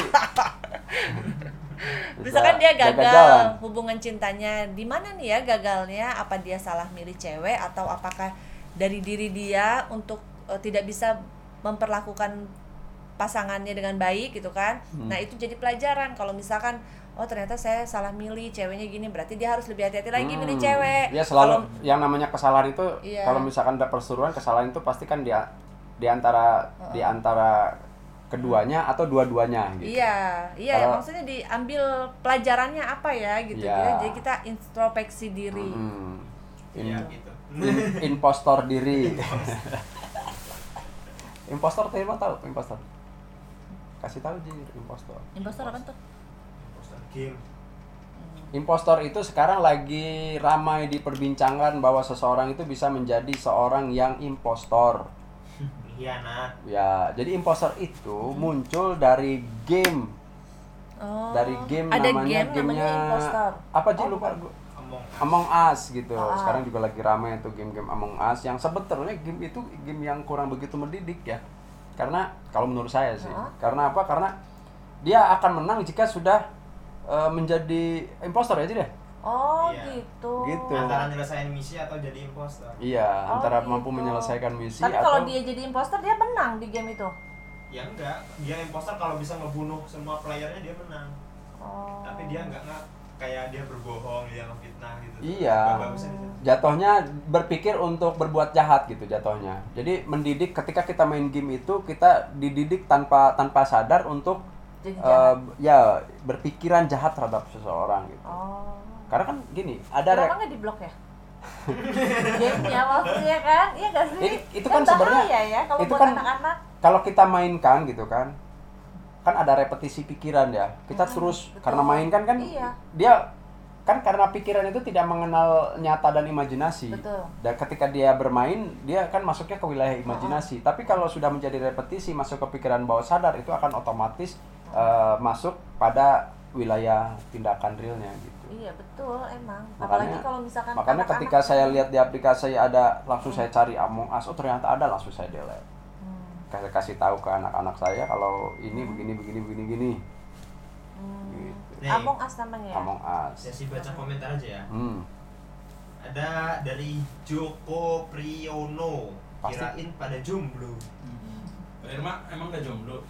bisa Misalkan dia jaga gagal jalan. hubungan cintanya, di mana nih ya gagalnya? Apa dia salah milih cewek atau apakah dari diri dia untuk eh, tidak bisa memperlakukan pasangannya dengan baik gitu kan? Hmm. Nah itu jadi pelajaran. Kalau misalkan oh ternyata saya salah milih ceweknya gini, berarti dia harus lebih hati-hati lagi milih Hmm. cewek. Ya selalu Kalau- yang namanya kesalahan itu Iya. kalau misalkan ada perseteruan, kesalahan itu pasti kan dia di antara di antara keduanya atau dua-duanya gitu. Iya, iya Kalau- maksudnya diambil pelajarannya apa ya gitu Iya. ya. Jadi kita introspeksi diri. Mm-mm. In- Iya gitu. in- impostor diri. Impostor Teh Irma tahu impostor? Kasih tahu Ji, impostor. Impostor apa tuh? Poster game. Impostor itu sekarang lagi ramai diperbincangkan bahwa seseorang itu bisa menjadi seorang yang impostor. Hianat. Ya, jadi impostor itu muncul dari game, Oh, dari game ada namanya game namanya gamenya impostor. apa Ji Oh, lupa bukan. gua. Among Among Us gitu. Ah. Sekarang juga lagi ramai itu game-game Among Us yang sebetulnya game itu game yang kurang begitu mendidik ya. Karena kalau menurut saya sih, Ah. karena apa? Karena dia akan menang jika sudah eh, menjadi impostor ya Ji deh. Oh Iya. gitu. Gitu. antara nyelesain misi atau jadi imposter. Iya, Oh, antara gitu. mampu menyelesaikan misi Tapi atau kalau dia jadi impostor dia menang di game itu. Ya enggak, dia imposter kalau bisa ngebunuh semua playernya dia menang. Oh. Tapi dia enggak nggak kayak dia berbohong, dia ngefitnah gitu. Iya. Nggak bagusnya gitu. Jatuhnya berpikir untuk berbuat jahat gitu jatuhnya. Jadi mendidik ketika kita main game itu kita dididik tanpa tanpa sadar untuk Jadi uh, jahat. ya berpikiran jahat terhadap seseorang gitu. Oh. Karena kan gini, ada Kenapa re- nggak diblok ya? Gamenya maksudnya kan, iya nggak sih? Ini- itu kan sebenarnya- bahaya ya kalau itu buat kan- anak-anak. kalau kita mainkan gitu kan, kan ada repetisi pikiran ya. Kita Hmm, terus betul. karena mainkan kan Iya. dia kan karena pikiran itu tidak mengenal nyata dan imajinasi. Betul. Dan ketika dia bermain, dia kan masuknya ke wilayah imajinasi. Tapi kalau sudah menjadi repetisi masuk ke pikiran bawah sadar itu akan otomatis eh, masuk pada wilayah tindakan realnya gitu. Iya betul emang. Makanya- Apalagi kalau misalkan Makanya anak-anak ketika saya kan- lihat di aplikasi ada langsung saya cari Among Us, oh ternyata ada, langsung saya delete. Hmm. Kasih kasih tahu ke anak-anak saya kalau ini begini begini begini gini. Hmm. Gitu. Nih. Among Us namanya ya? Among Us. Sesi baca komentar aja ya. Hmm. Ada dari Joko Priyono. Pasti. Kirain pada jomblo. Pak Irma emang gak jomblo?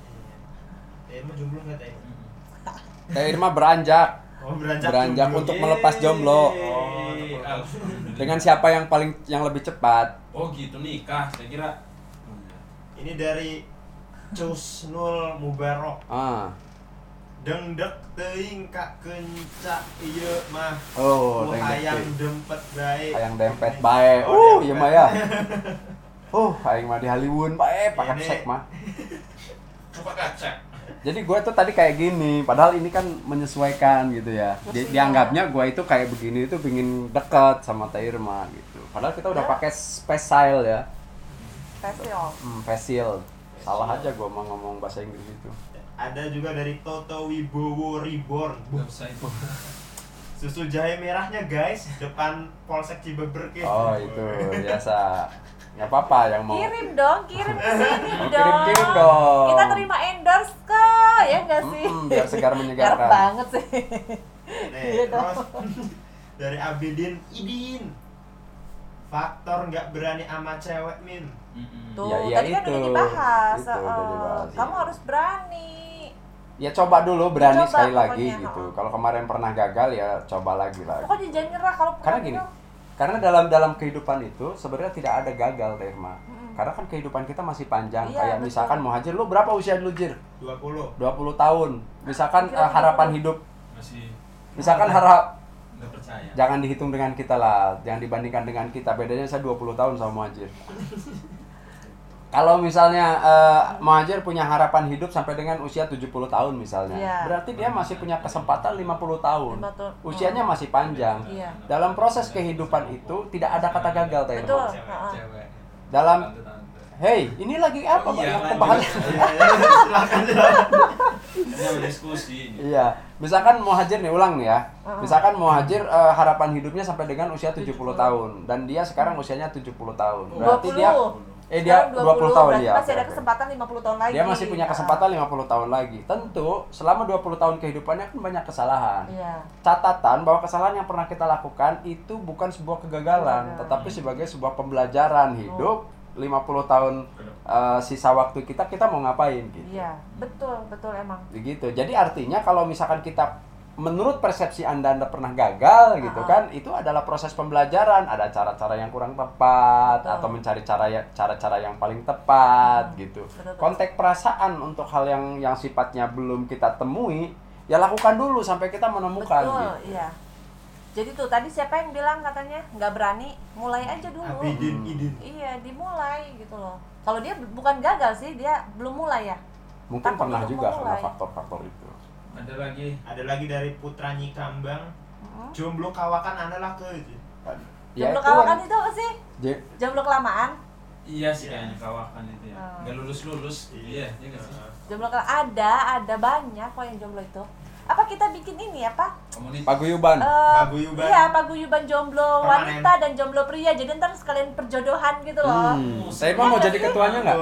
Eh, emang jomblo nggak teh? Teh Irma beranjak Oh, beranjak, Beranjak jomblo. untuk Yeay. melepas jomblo. Oh, Yeay. alhamdulillah. dengan siapa yang paling yang lebih cepat. Oh gitu nikah, saya kira. Ini dari Cusnul Mubarok. Ah. Dengdek teuing ka kencak ieu mah. Oh, Ku dengdek hayang teuing. dempet bae. Hayang dempet bae. Uh, Oh, ieu dempet. mah ya. Uh, hayang mah di Hollywood bae pakai Ini. sek mah. Coba kaca. Jadi gue tuh tadi kayak gini, padahal ini kan menyesuaikan gitu ya. Di, dianggapnya gue itu kayak begini itu pingin deket sama Teh Irma gitu. Padahal kita udah Ya. pakai spesial ya, Facial. hmm, facial. Salah aja gue mau ngomong bahasa Inggris itu. Ada juga dari Toto Wibowo Reborn. Gak usah itu. Susu jahe merahnya guys, depan Polsek Cibeber ke. Oh itu biasa. Nggak apa-apa yang mau. Kirim dong, kirim ke sini Oh, dong. kirim-kirim dong. Kita terima endorse kok, ya nggak sih? Mm-mm, biar segar Garap menyegarkan. banget sih. Nih, Iya dong. terus dari Abidin Idin. Faktor nggak berani sama cewek min. Mm-mm. Tuh, Ya, iya tadi kan itu. udah dibahas. Itu udah eh, dibahas, Kamu iya. harus berani. Ya coba dulu berani Coba sekali pokoknya, lagi gitu. oh. Kalau kemarin pernah gagal ya coba lagi lagi. Pokoknya jangan nyerah kalau Karena pernah gini, gagal. karena dalam dalam kehidupan itu sebenarnya tidak ada gagal, Teh Irma. Mm-mm. Karena kan kehidupan kita masih panjang. Iya, Kayak betul. misalkan Muhajir, lu berapa usia lu, Jir? dua puluh. dua puluh tahun. Misalkan Kira eh, harapan dua puluh. hidup, Masih misalkan harap nggak percaya. jangan dihitung dengan kita lah, jangan dibandingkan dengan kita. Bedanya saya dua puluh tahun sama Muhajir. Kalau misalnya eh, Muhajir punya harapan hidup sampai dengan usia tujuh puluh tahun misalnya. Iya. Berarti dia masih punya kesempatan lima puluh tahun. Lima tahun. Usianya masih panjang. Iya. Dalam proses kehidupan itu tidak ada kata gagal, Teh Irma. Betul. Cewek, Ha-ha. cewek. Dalam Tante-tante. hey, ini lagi apa, Oh, Pak? iya, Yang lanjut. pembahasan. Iya, iya, silakan silakan. Ini ada diskusi ini. Iya, misalkan Muhajir nih ulang nih ya. Uh-uh. Misalkan Muhajir eh, harapan hidupnya sampai dengan usia tujuh puluh tahun dan dia sekarang usianya tujuh puluh tahun. Berarti dua puluh. dia eh dia Sekarang dua puluh tahun berarti ya. masih oke, ada oke. kesempatan lima puluh tahun lagi. Dia masih punya Ah. kesempatan lima puluh tahun lagi. Tentu selama dua puluh tahun kehidupannya kan banyak kesalahan. Iya. Catatan bahwa kesalahan yang pernah kita lakukan itu bukan sebuah kegagalan, Kegagalan. tetapi sebagai sebuah pembelajaran hidup. lima puluh tahun eh, sisa waktu kita kita mau ngapain gitu. Iya, betul, betul emang. Begitu. Jadi artinya kalau misalkan kita menurut persepsi Anda Anda pernah gagal gitu Ah. kan, itu adalah proses pembelajaran, ada cara-cara yang kurang tepat Betul. atau mencari cara ya- cara-cara yang paling tepat gitu. Betul, betul. Konteks perasaan untuk hal yang yang sifatnya belum kita temui, ya lakukan dulu sampai kita menemukan Betul, gitu. iya. Jadi tuh tadi siapa yang bilang katanya nggak berani, mulai aja dulu. Abidin Idin. Iya, dimulai gitu loh. Kalau dia bu- bukan gagal sih, dia belum mulai ya. Mungkin Takut pernah untuk juga karena memulai. faktor-faktor itu. Ada lagi. Ada lagi dari Putra Nyikambang. Hmm. Jomblo kawakan anda lah ke. Ya, Jomblo itu kawakan kan- itu apa sih? J- Jomblo kelamaan? Iya sih kayaknya kawakan itu ya. Hmm. Nggak lulus-lulus. Iya, iya nggak sih? Jomblo kelamaan ada, ada banyak kok yang jomblo itu. Apa kita bikin ini apa? Komunitas. Paguyuban. Eh, Paguyuban. Iya, paguyuban jomblo Permanen. wanita dan jomblo pria. Jadi ntar sekalian perjodohan gitu loh. Hmm. Saya mau jadi ketuanya nggak?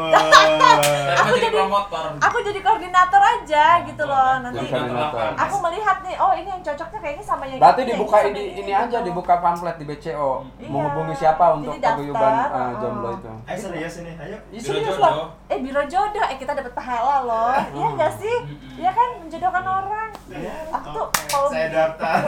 Saya Aku mau jadi jadi- promotor. Aku jadi koordinator aja gitu loh. Nanti Yang koordinator. aku melihat nih, oh ini yang cocoknya kayaknya sama yang Berarti ini, dibuka sama ini yang ini aja gitu. dibuka pamflet di B C O. Iya. Menghubungi siapa untuk Jadi daftar, paguyuban eh, uh-uh. jomblo itu. Eh serius ini, ayo. Ih, Biro serius jodoh. lah. Eh biro jodoh, eh kita dapat pahala loh. Iya nggak sih? Hmm. Iya kan menjodohkan orang. Aku tuh kalau Saya begini. daftar.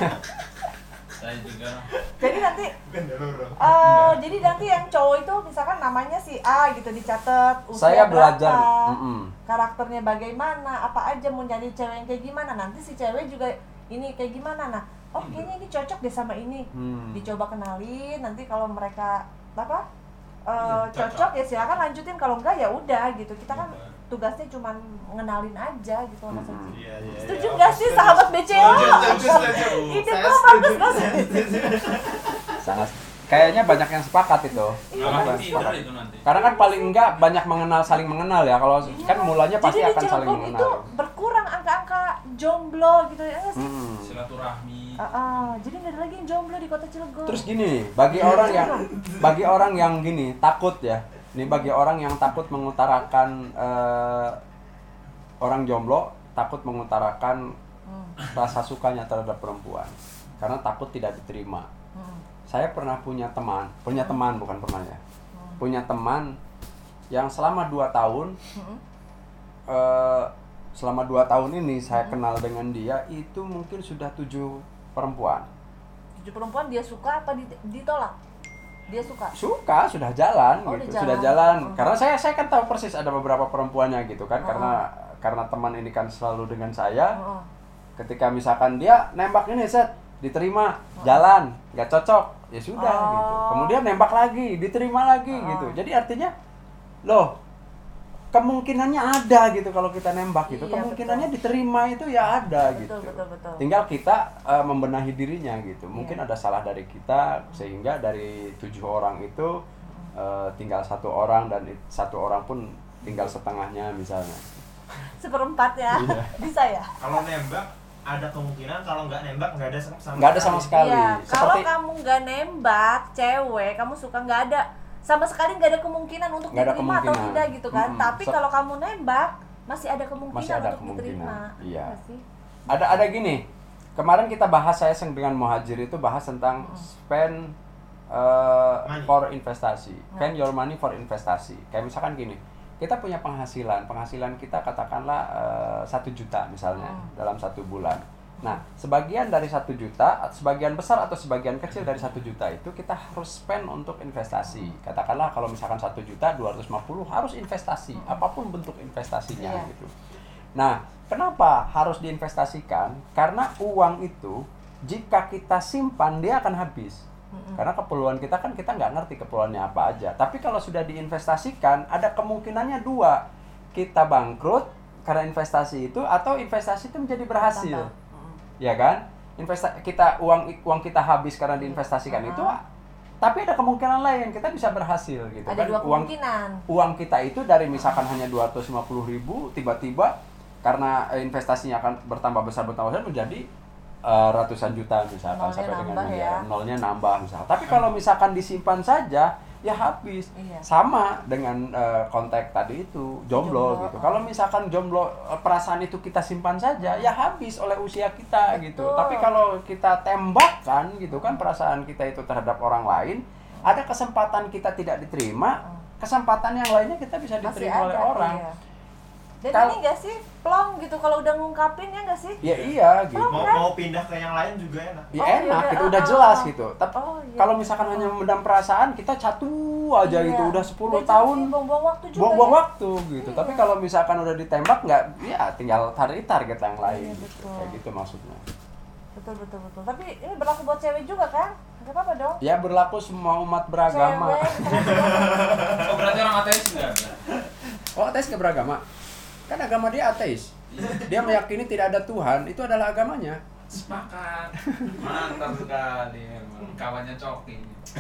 Saya juga. Jadi nanti Bener loh. eh jadi nanti yang cowok itu misalkan namanya si A gitu dicatat, usia Saya belajar. berapa, Mm-mm. karakternya bagaimana, apa aja mau nyari cewek yang kayak gimana, nanti si cewek juga ini kayak gimana. Nah, oh kayaknya ini cocok deh sama ini. Hmm. Dicoba kenalin, nanti kalau mereka apa eh, Iya, cocok. cocok. ya silakan lanjutin, kalau enggak ya udah gitu. Kita kan Iya. tugasnya cuma ngenalin aja gitu sama Mm-mm. Suci. Iya, iya. Setuju iya. nggak sih sahabat B C O? Setuju, setuju, setuju. Ide Saya gua setuju, bagus banget. saya setuju. Sangat kayaknya banyak yang sepakat itu. Iya. Nggak Banyak makin yang Tinder sepakat. itu nanti. Karena kan paling enggak banyak mengenal saling mengenal ya. Kalau kan mulanya pasti Jadi di akan saling Cilegon itu mengenal. berkurang angka-angka jomblo gitu ya nggak sih? Hmm. Silaturahmi. Ah, ah. Jadi nggak ada lagi yang jomblo di kota Cilegon. Terus gini nih, bagi orang yang bagi orang yang gini takut ya. Ini bagi orang yang takut mengutarakan eh, orang jomblo takut mengutarakan Hmm, rasa sukanya terhadap perempuan karena takut tidak diterima. hmm, Saya pernah punya teman, punya teman bukan pernah ya. hmm, Punya teman yang selama dua tahun hmm. eh, selama dua tahun ini saya kenal dengan dia itu mungkin sudah tujuh perempuan. Tujuh perempuan dia suka apa di- ditolak? Dia suka. Suka, sudah jalan Oh, gitu, udah sudah jalan. jalan. Oh. Karena saya saya kan tahu persis ada beberapa perempuannya gitu kan, Oh. karena karena teman ini kan selalu dengan saya. Oh, oh. Ketika misalkan dia nembak ini set diterima, jalan, nggak cocok, ya sudah Oh. gitu. Kemudian nembak lagi, diterima lagi Oh. gitu. Jadi artinya, loh, kemungkinannya ada gitu kalau kita nembak gitu. Iya, Kemungkinannya betul. diterima itu ya ada Betul, gitu. betul, betul. Tinggal kita uh, membenahi dirinya gitu. Mungkin Iya. ada salah dari kita sehingga dari tujuh orang itu uh, tinggal satu orang dan it- satu orang pun tinggal setengahnya misalnya. Seperempat ya. Iya. Bisa ya? Kalau nembak ada kemungkinan, kalau nggak nembak nggak ada sama sama Nggak ada sama sekali. Iya, kalau Seperti kamu nggak nembak cewek, kamu suka nggak ada sama sekali nggak ada kemungkinan untuk Nggak ada diterima atau kemungkinan. tidak gitu kan. Mm-mm. Tapi Se- kalau kamu nembak masih ada kemungkinan Masih ada untuk kemungkinan, diterima. iya. Nggak sih? ada ada gini. Kemarin kita bahas saya seng dengan Muhajir itu bahas tentang spend uh, Money. for investasi. Hmm. Spend your money for investasi. Kayak misalkan gini, kita punya penghasilan, penghasilan kita katakanlah uh, satu juta misalnya Hmm. dalam satu bulan. Nah, sebagian dari satu juta, atau sebagian besar atau sebagian kecil dari satu juta itu kita harus spend untuk investasi. Katakanlah kalau misalkan satu juta dua ratus lima puluh harus investasi, apapun bentuk investasinya Iya. gitu. Nah, kenapa harus diinvestasikan? Karena uang itu jika kita simpan dia akan habis. Mm-mm. Karena keperluan kita kan kita nggak ngerti keperluannya apa aja. Tapi kalau sudah diinvestasikan, ada kemungkinannya dua, kita bangkrut karena investasi itu atau investasi itu menjadi berhasil. Tambah. Mm-mm. Ya kan? Investa kita uang uang kita habis karena diinvestasikan Uh-huh. itu, tapi ada kemungkinan lain kita bisa berhasil gitu Ada kan. dua uang kemungkinan. uang kita itu dari misalkan hanya dua ratus lima puluh ribu tiba-tiba karena eh, investasinya akan bertambah besar bertambah besar menjadi eh, ratusan juta misalkan Nolnya sampai dengan nambah miliar. ya. Nolnya nambah misalkan. Tapi kalau misalkan disimpan saja ya habis. Iya. Sama dengan eh, konteks tadi itu jomblo, Jomblo, gitu. oh. Kalau misalkan jomblo eh, perasaan itu kita simpan saja ya habis oleh usia kita gitu. Betul. Tapi kalau kita tembakkan gitu kan perasaan kita itu terhadap orang lain, ada kesempatan kita tidak diterima, Hmm. kesempatan yang lainnya kita bisa Masih diterima oleh ada, orang. iya. Dan Kal- ini nggak sih plong gitu kalau udah ngungkapin ya nggak sih? Ya iya gitu. Mau mau pindah ke yang lain juga enak. Ya Oh, enak, iya, gitu iya, udah ah, jelas ah. gitu. Tapi Oh, iya. kalau misalkan hanya memendam perasaan, kita satu aja Iya. gitu udah sepuluh Nggak tahun jadi buang-buang waktu juga. buang-buang ya? waktu gitu. Iya. Tapi kalau misalkan udah ditembak nggak, ya tinggal cari target yang lain. Iya, gitu. betul. Kayak gitu maksudnya. Betul betul betul. Tapi ini berlaku buat cewek juga kan? Nggak apa-apa dong. Ya berlaku semua umat beragama. Cewek. Oh berarti orang ateis enggak? Oh, ateis nggak beragama? Kan agama dia ateis. Dia meyakini tidak ada Tuhan, itu adalah agamanya. Sepakat. Mantap sekali memang. Kawannya Coki.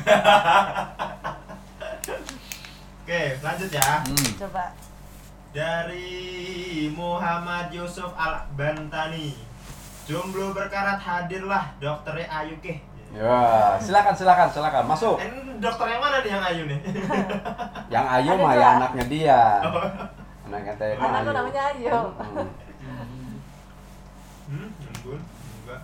Oke, lanjut ya. Hmm. Coba. Dari Muhammad Yusuf Al-Bantani. Jomblo berkarat hadirlah dokternya Ayu ke. Ya, silakan silakan silakan masuk. Eh, Ini dokter yang mana nih yang Ayu nih? Yang Ayu Ada mah dua. ya anaknya dia. Anaknya teh mah Anakku Ayu. namanya Ayu. Hmm. Hmm, nungguin enggak.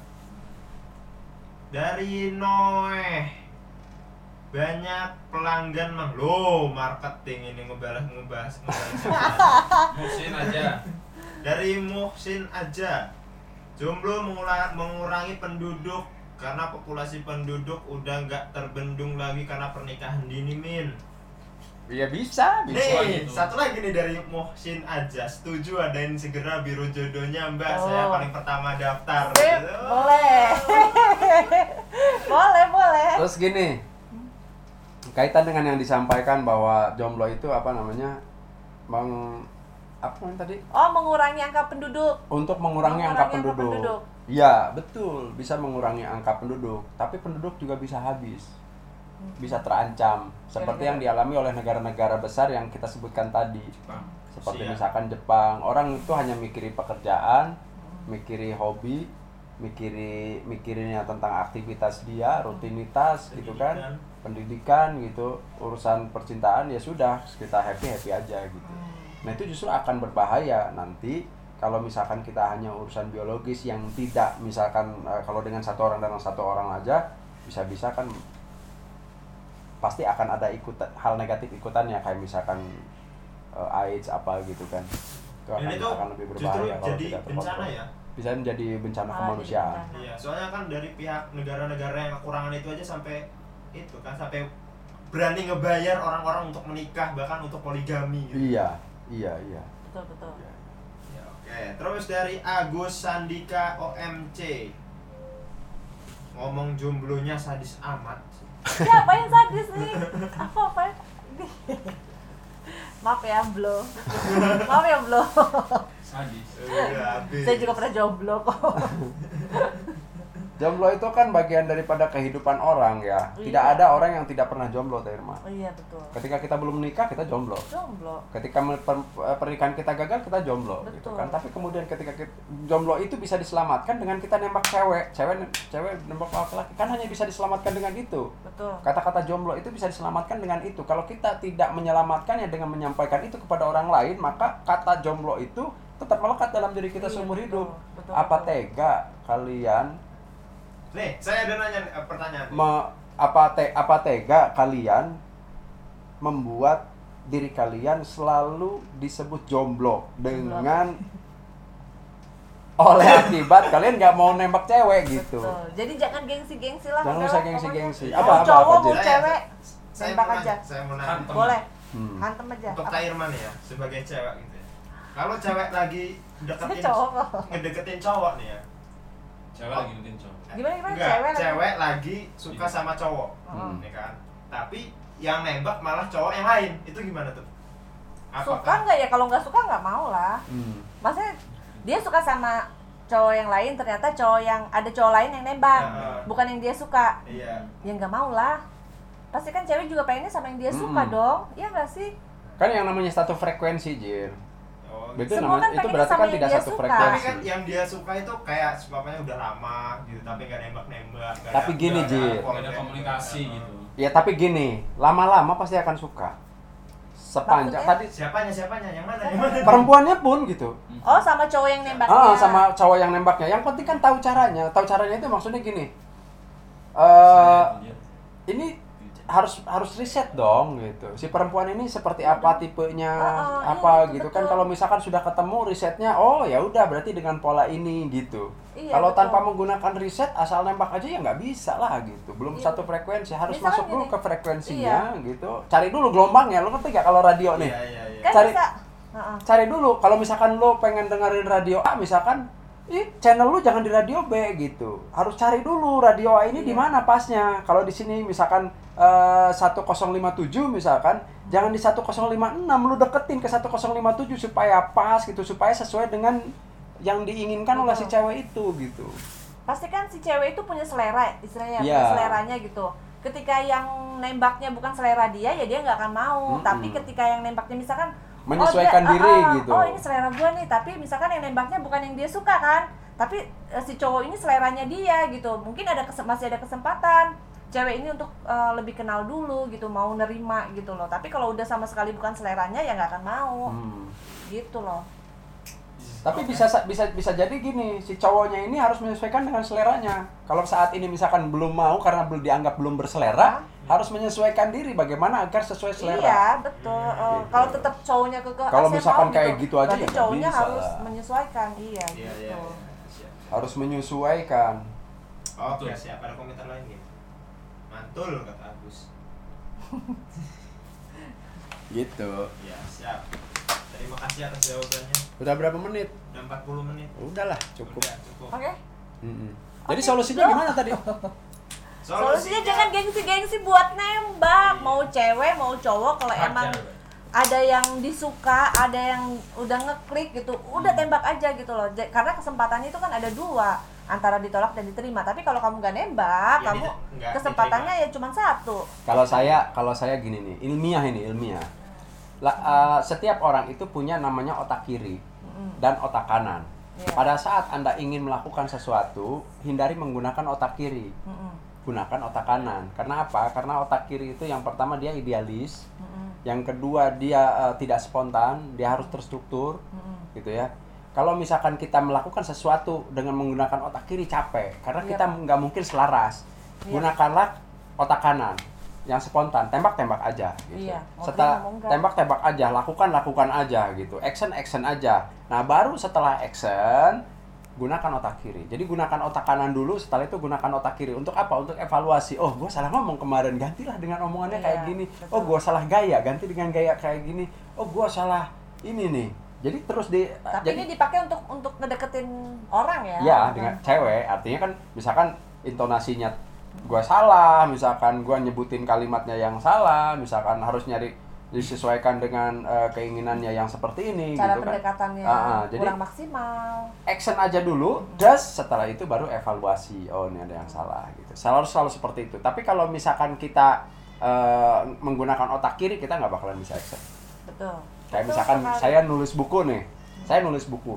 Dari Noeh. Banyak pelanggan mang lo marketing ini ngebahas ngebahas ngebahas. Musin aja. Dari Muhsin aja. Jomblo mengula- mengurangi penduduk karena populasi penduduk udah nggak terbendung lagi karena pernikahan dini, Min. Ya bisa, bisa. Nih, gitu. satu lagi nih dari Muhsin aja, setuju adain segera biro jodohnya, Mbak. Oh. Saya paling pertama daftar. Sip, Gitu. boleh. boleh, boleh. Terus gini, kaitan dengan yang disampaikan bahwa jomblo itu apa namanya, meng apa namanya tadi? Oh, mengurangi angka penduduk. Untuk mengurangi, Mengurangi angka angka penduduk. penduduk. Iya, betul, bisa mengurangi angka penduduk, tapi penduduk juga bisa habis, bisa terancam, seperti yang dialami oleh negara-negara besar yang kita sebutkan tadi, Jepang. seperti Siap. misalkan Jepang. Orang itu hanya mikiri pekerjaan, mikiri hobi, mikiri mikirinnya tentang aktivitas dia, rutinitas gitu kan, pendidikan gitu, urusan percintaan ya sudah, kita happy happy aja gitu. Nah itu justru akan berbahaya nanti kalau misalkan kita hanya urusan biologis yang tidak, misalkan uh, kalau dengan satu orang dengan satu orang aja bisa-bisa kan pasti akan ada ikut hal negatif ikutannya, kayak misalkan uh, AIDS apa gitu kan, itu akan, Dan itu akan lebih justru berbahaya kalau jadi tidak bencana terkontrol. ya. Bisa menjadi bencana Malah kemanusiaan. jadi bencana. Iya, soalnya kan dari pihak negara-negara yang kekurangan itu aja sampai itu kan sampai berani ngebayar orang-orang untuk menikah, bahkan untuk poligami gitu. Iya, iya, iya. Betul, betul. Iya. Ya, oke. Terus dari Agus Sandika O M C. Ngomong jomblonya sadis amat. Siapa yang sadis nih? Apa apa? Maaf ya, Blo. Maaf ya, Blo. Sadis. Udah habis. Saya juga pernah jomblo kok. Jomblo itu kan bagian daripada kehidupan orang ya. Tidak Iya. ada orang yang tidak pernah jomblo, Teh Irma. Oh, iya, betul. Ketika kita belum menikah, kita jomblo. Jomblo. Ketika me- per- pernikahan kita gagal, kita jomblo gitu Betul. kan. Tapi kemudian ketika kita, jomblo itu bisa diselamatkan dengan kita nembak cewek. Cewek cewek nembak laki-laki kan hanya bisa diselamatkan dengan itu. Betul. Kata-kata jomblo itu bisa diselamatkan dengan itu. Kalau kita tidak menyelamatkannya dengan menyampaikan itu kepada orang lain, maka kata jomblo itu tetap melekat dalam diri kita Iya, seumur betul. hidup. Betul, Apa betul. tega kalian Nih, saya ada nanya eh, pertanyaan. nih. me, apa te, apa tega kalian membuat diri kalian selalu disebut jomblo dengan oleh akibat kalian nggak mau nembak cewek gitu. Betul. Jadi jangan gengsi-gengsi lah. Jangan udahlah, usah pokoknya. gengsi-gengsi. Mau Apa apa cowok, apa mau Jin? cewek, saya nembak mau aja. nanya, saya mau nanya. Hantem. Boleh. Hmm. Hantem aja. Untuk Apa? Kak Irman ya, sebagai cewek gitu ya. Kalau cewek lagi Saya deketin cowok kok. ngedeketin cowok nih ya. Cewek lagi nutin cowok. Gimana gimana Enggak, cewek lagi? cewek lagi suka Iya. sama cowok. Hmm. Nih kan. Tapi yang nembak malah cowok yang lain. Itu gimana tuh? Suka nggak ya? Kalau nggak suka nggak mau lah. Hmm. Maksudnya dia suka sama cowok yang lain, ternyata cowok yang ada cowok lain yang nembak, Ya. bukan yang dia suka. Iya. Ya nggak mau lah. Pasti kan cewek juga pengennya sama yang dia suka Mm-mm. dong. Iya nggak sih? Kan yang namanya satu frekuensi, Jir. Oh, Itu Semua namanya kan itu pengennya berarti sama kan yang tidak dia satu suka. frekuensi. Tapi kan yang dia suka itu kayak sebabnya udah lama gitu, tapi nggak nembak-nembak. nggak Tapi ada- gini, nggak ada Jir. alkohol, Nggak ada nggak komunikasi ada- gitu. Ya tapi gini, lama-lama pasti akan suka. Sepanjang Maksudnya? tadi Siapanya, siapanya? Yang mana? Yang mana? perempuannya pun gitu. Oh sama cowok yang nembaknya. Ah, sama cowok yang nembaknya. Yang penting kan tahu caranya. Tahu caranya itu maksudnya gini. Eh, ini harus harus riset dong gitu. Si perempuan ini seperti apa tipenya, Oh, oh, apa iya, itu gitu kan. betul. Kalau misalkan sudah ketemu risetnya, oh ya udah berarti dengan pola ini gitu. Iya, Kalau betul. tanpa menggunakan riset asal nembak aja ya nggak bisa lah gitu. Belum Iya. satu frekuensi, harus Misalkan masuk dulu gini. ke frekuensinya Iya. gitu. Cari dulu gelombangnya. Lo ngerti gak kalau radio nih? Iya, iya, iya. Kan Cari- bisa. Heeh. Cari dulu kalau misalkan lo pengen dengerin radio A misalkan, ih channel lu jangan di radio B gitu. Harus cari dulu radio A ini di Iya. mana pasnya. Kalau di sini misalkan eh, seribu lima puluh tujuh misalkan, jangan di seribu lima puluh enam, lu deketin ke seribu lima puluh tujuh supaya pas gitu, supaya sesuai dengan yang diinginkan oleh si Betul. cewek itu gitu. Pasti kan si cewek itu punya selera, istilahnya Iya. punya seleranya gitu. Ketika yang nembaknya bukan selera dia, ya dia nggak akan mau. Mm-mm. Tapi ketika yang nembaknya misalkan Menyesuaikan oh, dia, diri ah, ah, gitu. Oh ini selera gue nih, tapi misalkan yang nembaknya bukan yang dia suka kan, tapi eh, si cowok ini seleranya dia gitu. Mungkin ada kes- masih ada kesempatan cewek ini untuk eh, lebih kenal dulu gitu, mau nerima gitu loh. Tapi kalau udah sama sekali bukan seleranya ya nggak akan mau, Hmm. gitu loh. Tapi bisa bisa bisa jadi gini, si cowoknya ini harus menyesuaikan dengan seleranya. Kalau saat ini misalkan belum mau karena belum dianggap belum berselera, harus menyesuaikan diri bagaimana agar sesuai selera. Iya betul. Oh, Gitu. kalau tetap cowoknya ke Kalau saya misalkan mau kayak gitu aja berarti ya nggak cowoknya bisa harus lah. menyesuaikan. Iya Iya, gitu. iya, iya. Siap, siap. harus menyesuaikan. Oke, Betul. siap. Ada komentar lain gitu? Mantul kata Agus. Gitu. Ya, siap. Terima kasih atas jawabannya. Udah berapa menit? Udah empat puluh menit. Udahlah, cukup. Udah, cukup. Oke. Mm-mm. Jadi Oke, solusinya go. gimana tadi? Solusinya jangan gengsi-gengsi buat nembak. Iya. Mau cewek, mau cowok, kalau Hajar, emang Bang. ada yang disuka, ada yang udah ngeklik gitu, udah tembak aja gitu loh. Ja- Karena kesempatannya itu kan ada dua, antara ditolak dan diterima. Tapi kalau kamu gak nembak, Ya, kamu dite- nggak kesempatannya ya cuma satu. Kalau saya kalau saya gini nih, ilmiah ini ilmiah. La- uh, setiap orang itu punya namanya otak kiri Mm-mm. dan otak kanan. Iya. Pada saat Anda ingin melakukan sesuatu, hindari menggunakan otak kiri. Mm-mm. Gunakan otak kanan. Karena apa? Karena otak kiri itu yang pertama dia idealis, Mm-mm. yang kedua dia uh, tidak spontan, dia harus terstruktur, Mm-mm. gitu ya. Kalau misalkan kita melakukan sesuatu dengan menggunakan otak kiri capek, karena Iya. kita nggak mungkin selaras. Iya. Gunakanlah otak kanan yang spontan, tembak-tembak aja. Gitu. Iya, mau Setelah terima, mau enggak. tembak-tembak aja, lakukan lakukan aja gitu. Action action aja. Nah baru setelah action gunakan otak kiri. Jadi gunakan otak kanan dulu, setelah itu gunakan otak kiri. Untuk apa? Untuk evaluasi. Oh, gue salah ngomong kemarin, gantilah dengan omongannya Iya, kayak gini. betul. Oh, gue salah gaya, ganti dengan gaya kayak gini. Oh, gue salah ini nih. Jadi terus di Tapi jadi ini dipakai untuk untuk ngedeketin orang ya. ya bukan- dengan cewek, artinya kan misalkan intonasinya gue salah, misalkan gue nyebutin kalimatnya yang salah, misalkan harus nyari disesuaikan dengan eh, keinginannya yang seperti ini Cara gitu kan. pendekatannya Ah, ah, jadi- kurang maksimal. Action aja dulu, just setelah itu baru evaluasi. Oh, ini ada yang salah gitu. Selalu selalu seperti itu. Tapi kalau misalkan kita eh, menggunakan otak kiri, kita nggak bakalan bisa action. Betul. Kayak Betul misalkan sekali. saya nulis buku nih, saya nulis buku.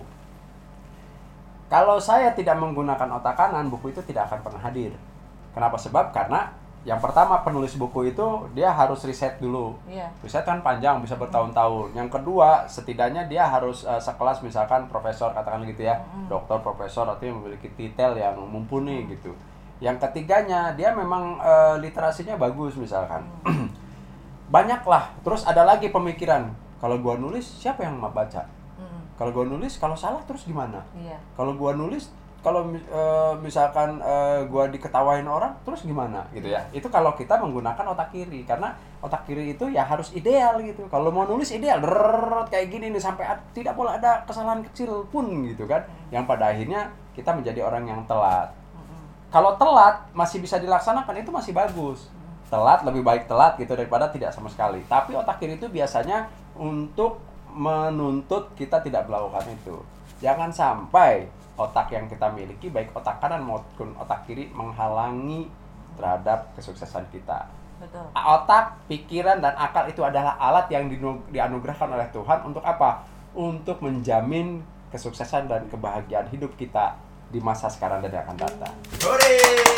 Kalau saya tidak menggunakan otak kanan, buku itu tidak akan pernah hadir. Kenapa? Sebab karena yang pertama penulis buku itu dia harus riset dulu. Iya. Riset kan panjang, bisa bertahun-tahun. Yang kedua, setidaknya dia harus uh, sekelas misalkan profesor, katakan gitu ya, Mm-mm. doktor, profesor, artinya memiliki titel yang mumpuni gitu. Yang ketiganya, dia memang uh, literasinya bagus misalkan. Banyaklah. Terus ada lagi pemikiran, kalau gua nulis, siapa yang mau baca? Mm-mm. Kalau gua nulis, kalau salah terus gimana? Iya. Kalau gua nulis, kalau uh, misalkan uh, gua diketawain orang, terus gimana gitu ya? Itu kalau kita menggunakan otak kiri, karena otak kiri itu ya harus ideal gitu. Kalau mau nulis ideal, drrrr, kayak gini nih sampai ad- tidak boleh ada kesalahan kecil pun gitu kan. Yang pada akhirnya kita menjadi orang yang telat. Mm-mm. Kalau telat masih bisa dilaksanakan, itu masih bagus. Telat lebih baik telat gitu daripada tidak sama sekali. Tapi otak kiri itu biasanya untuk menuntut kita tidak melakukan itu. Jangan sampai otak yang kita miliki, baik otak kanan maupun otak kiri, menghalangi terhadap kesuksesan kita. Betul. Otak, pikiran, dan akal itu adalah alat yang dinu- dianugerahkan oleh Tuhan untuk apa? Untuk menjamin kesuksesan dan kebahagiaan hidup kita di masa sekarang dan yang akan datang. Hore!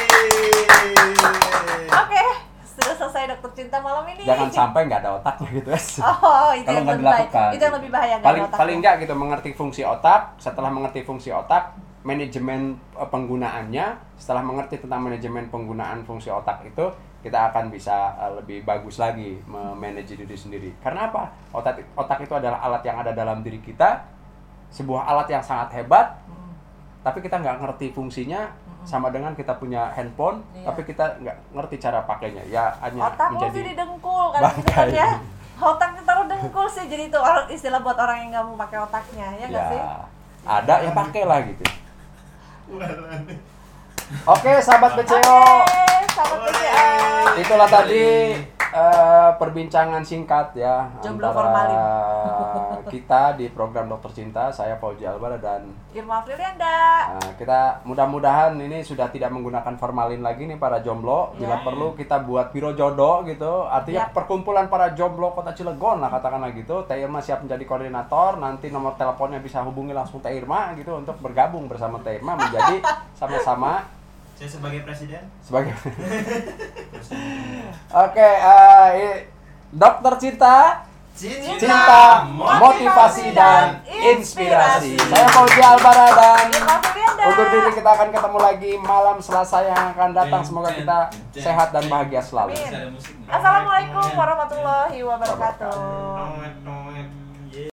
Oke, sudah selesai dokter cinta malam ini. Jangan sampai nggak ada otaknya gitu ya. Oh, itu Kalau yang nggak lebih baik. dilakukan, Itu yang gitu. lebih bahaya nggak paling ada otaknya. paling nggak gitu mengerti fungsi otak. Setelah mengerti fungsi otak, manajemen eh, penggunaannya, setelah mengerti tentang manajemen penggunaan fungsi otak itu, kita akan bisa eh, lebih bagus lagi memanage diri sendiri. Karena apa? Otak otak itu adalah alat yang ada dalam diri kita, sebuah alat yang sangat hebat. Mm. Tapi kita nggak ngerti fungsinya, Mm-mm. sama dengan kita punya handphone, Iya. tapi kita nggak ngerti cara pakainya. Ya hanya Otak lo menjadi sih di dengkul kan gitu kan bangkai. ya. Otaknya taruh dengkul sih, jadi itu orang istilah buat orang yang nggak mau pakai otaknya, ya nggak Ya, sih? ada ya pakailah gitu. Walan. Oke, sahabat B C O. Oke, sahabat B C O. Itulah tadi eh, perbincangan singkat ya Jomblo antara formalin. kita di program Dokter Cinta. Saya Fauzi Albara dan Irma Afrilianda. nah, kita mudah-mudahan ini sudah tidak menggunakan formalin lagi nih para jomblo. Bila Ya. perlu kita buat biro jodoh gitu. Artinya Ya. perkumpulan para jomblo Kota Cilegon lah katakanlah gitu. Teh Irma siap menjadi koordinator. Nanti nomor teleponnya bisa hubungi langsung Teh Irma gitu untuk bergabung bersama Teh Irma menjadi sama-sama Saya sebagai presiden. sebagai Oke, eh, i- Dokter Cinta, cinta, motivasi dan inspirasi. Saya Fauzi Albara dan Irma Afrilianda. undur diri. Kita akan ketemu lagi malam Selasa yang akan datang. Semoga kita sehat dan bahagia selalu. Amin. Bisa ada musiknya. Assalamualaikum warahmatullahi wabarakatuh. Noet, noet.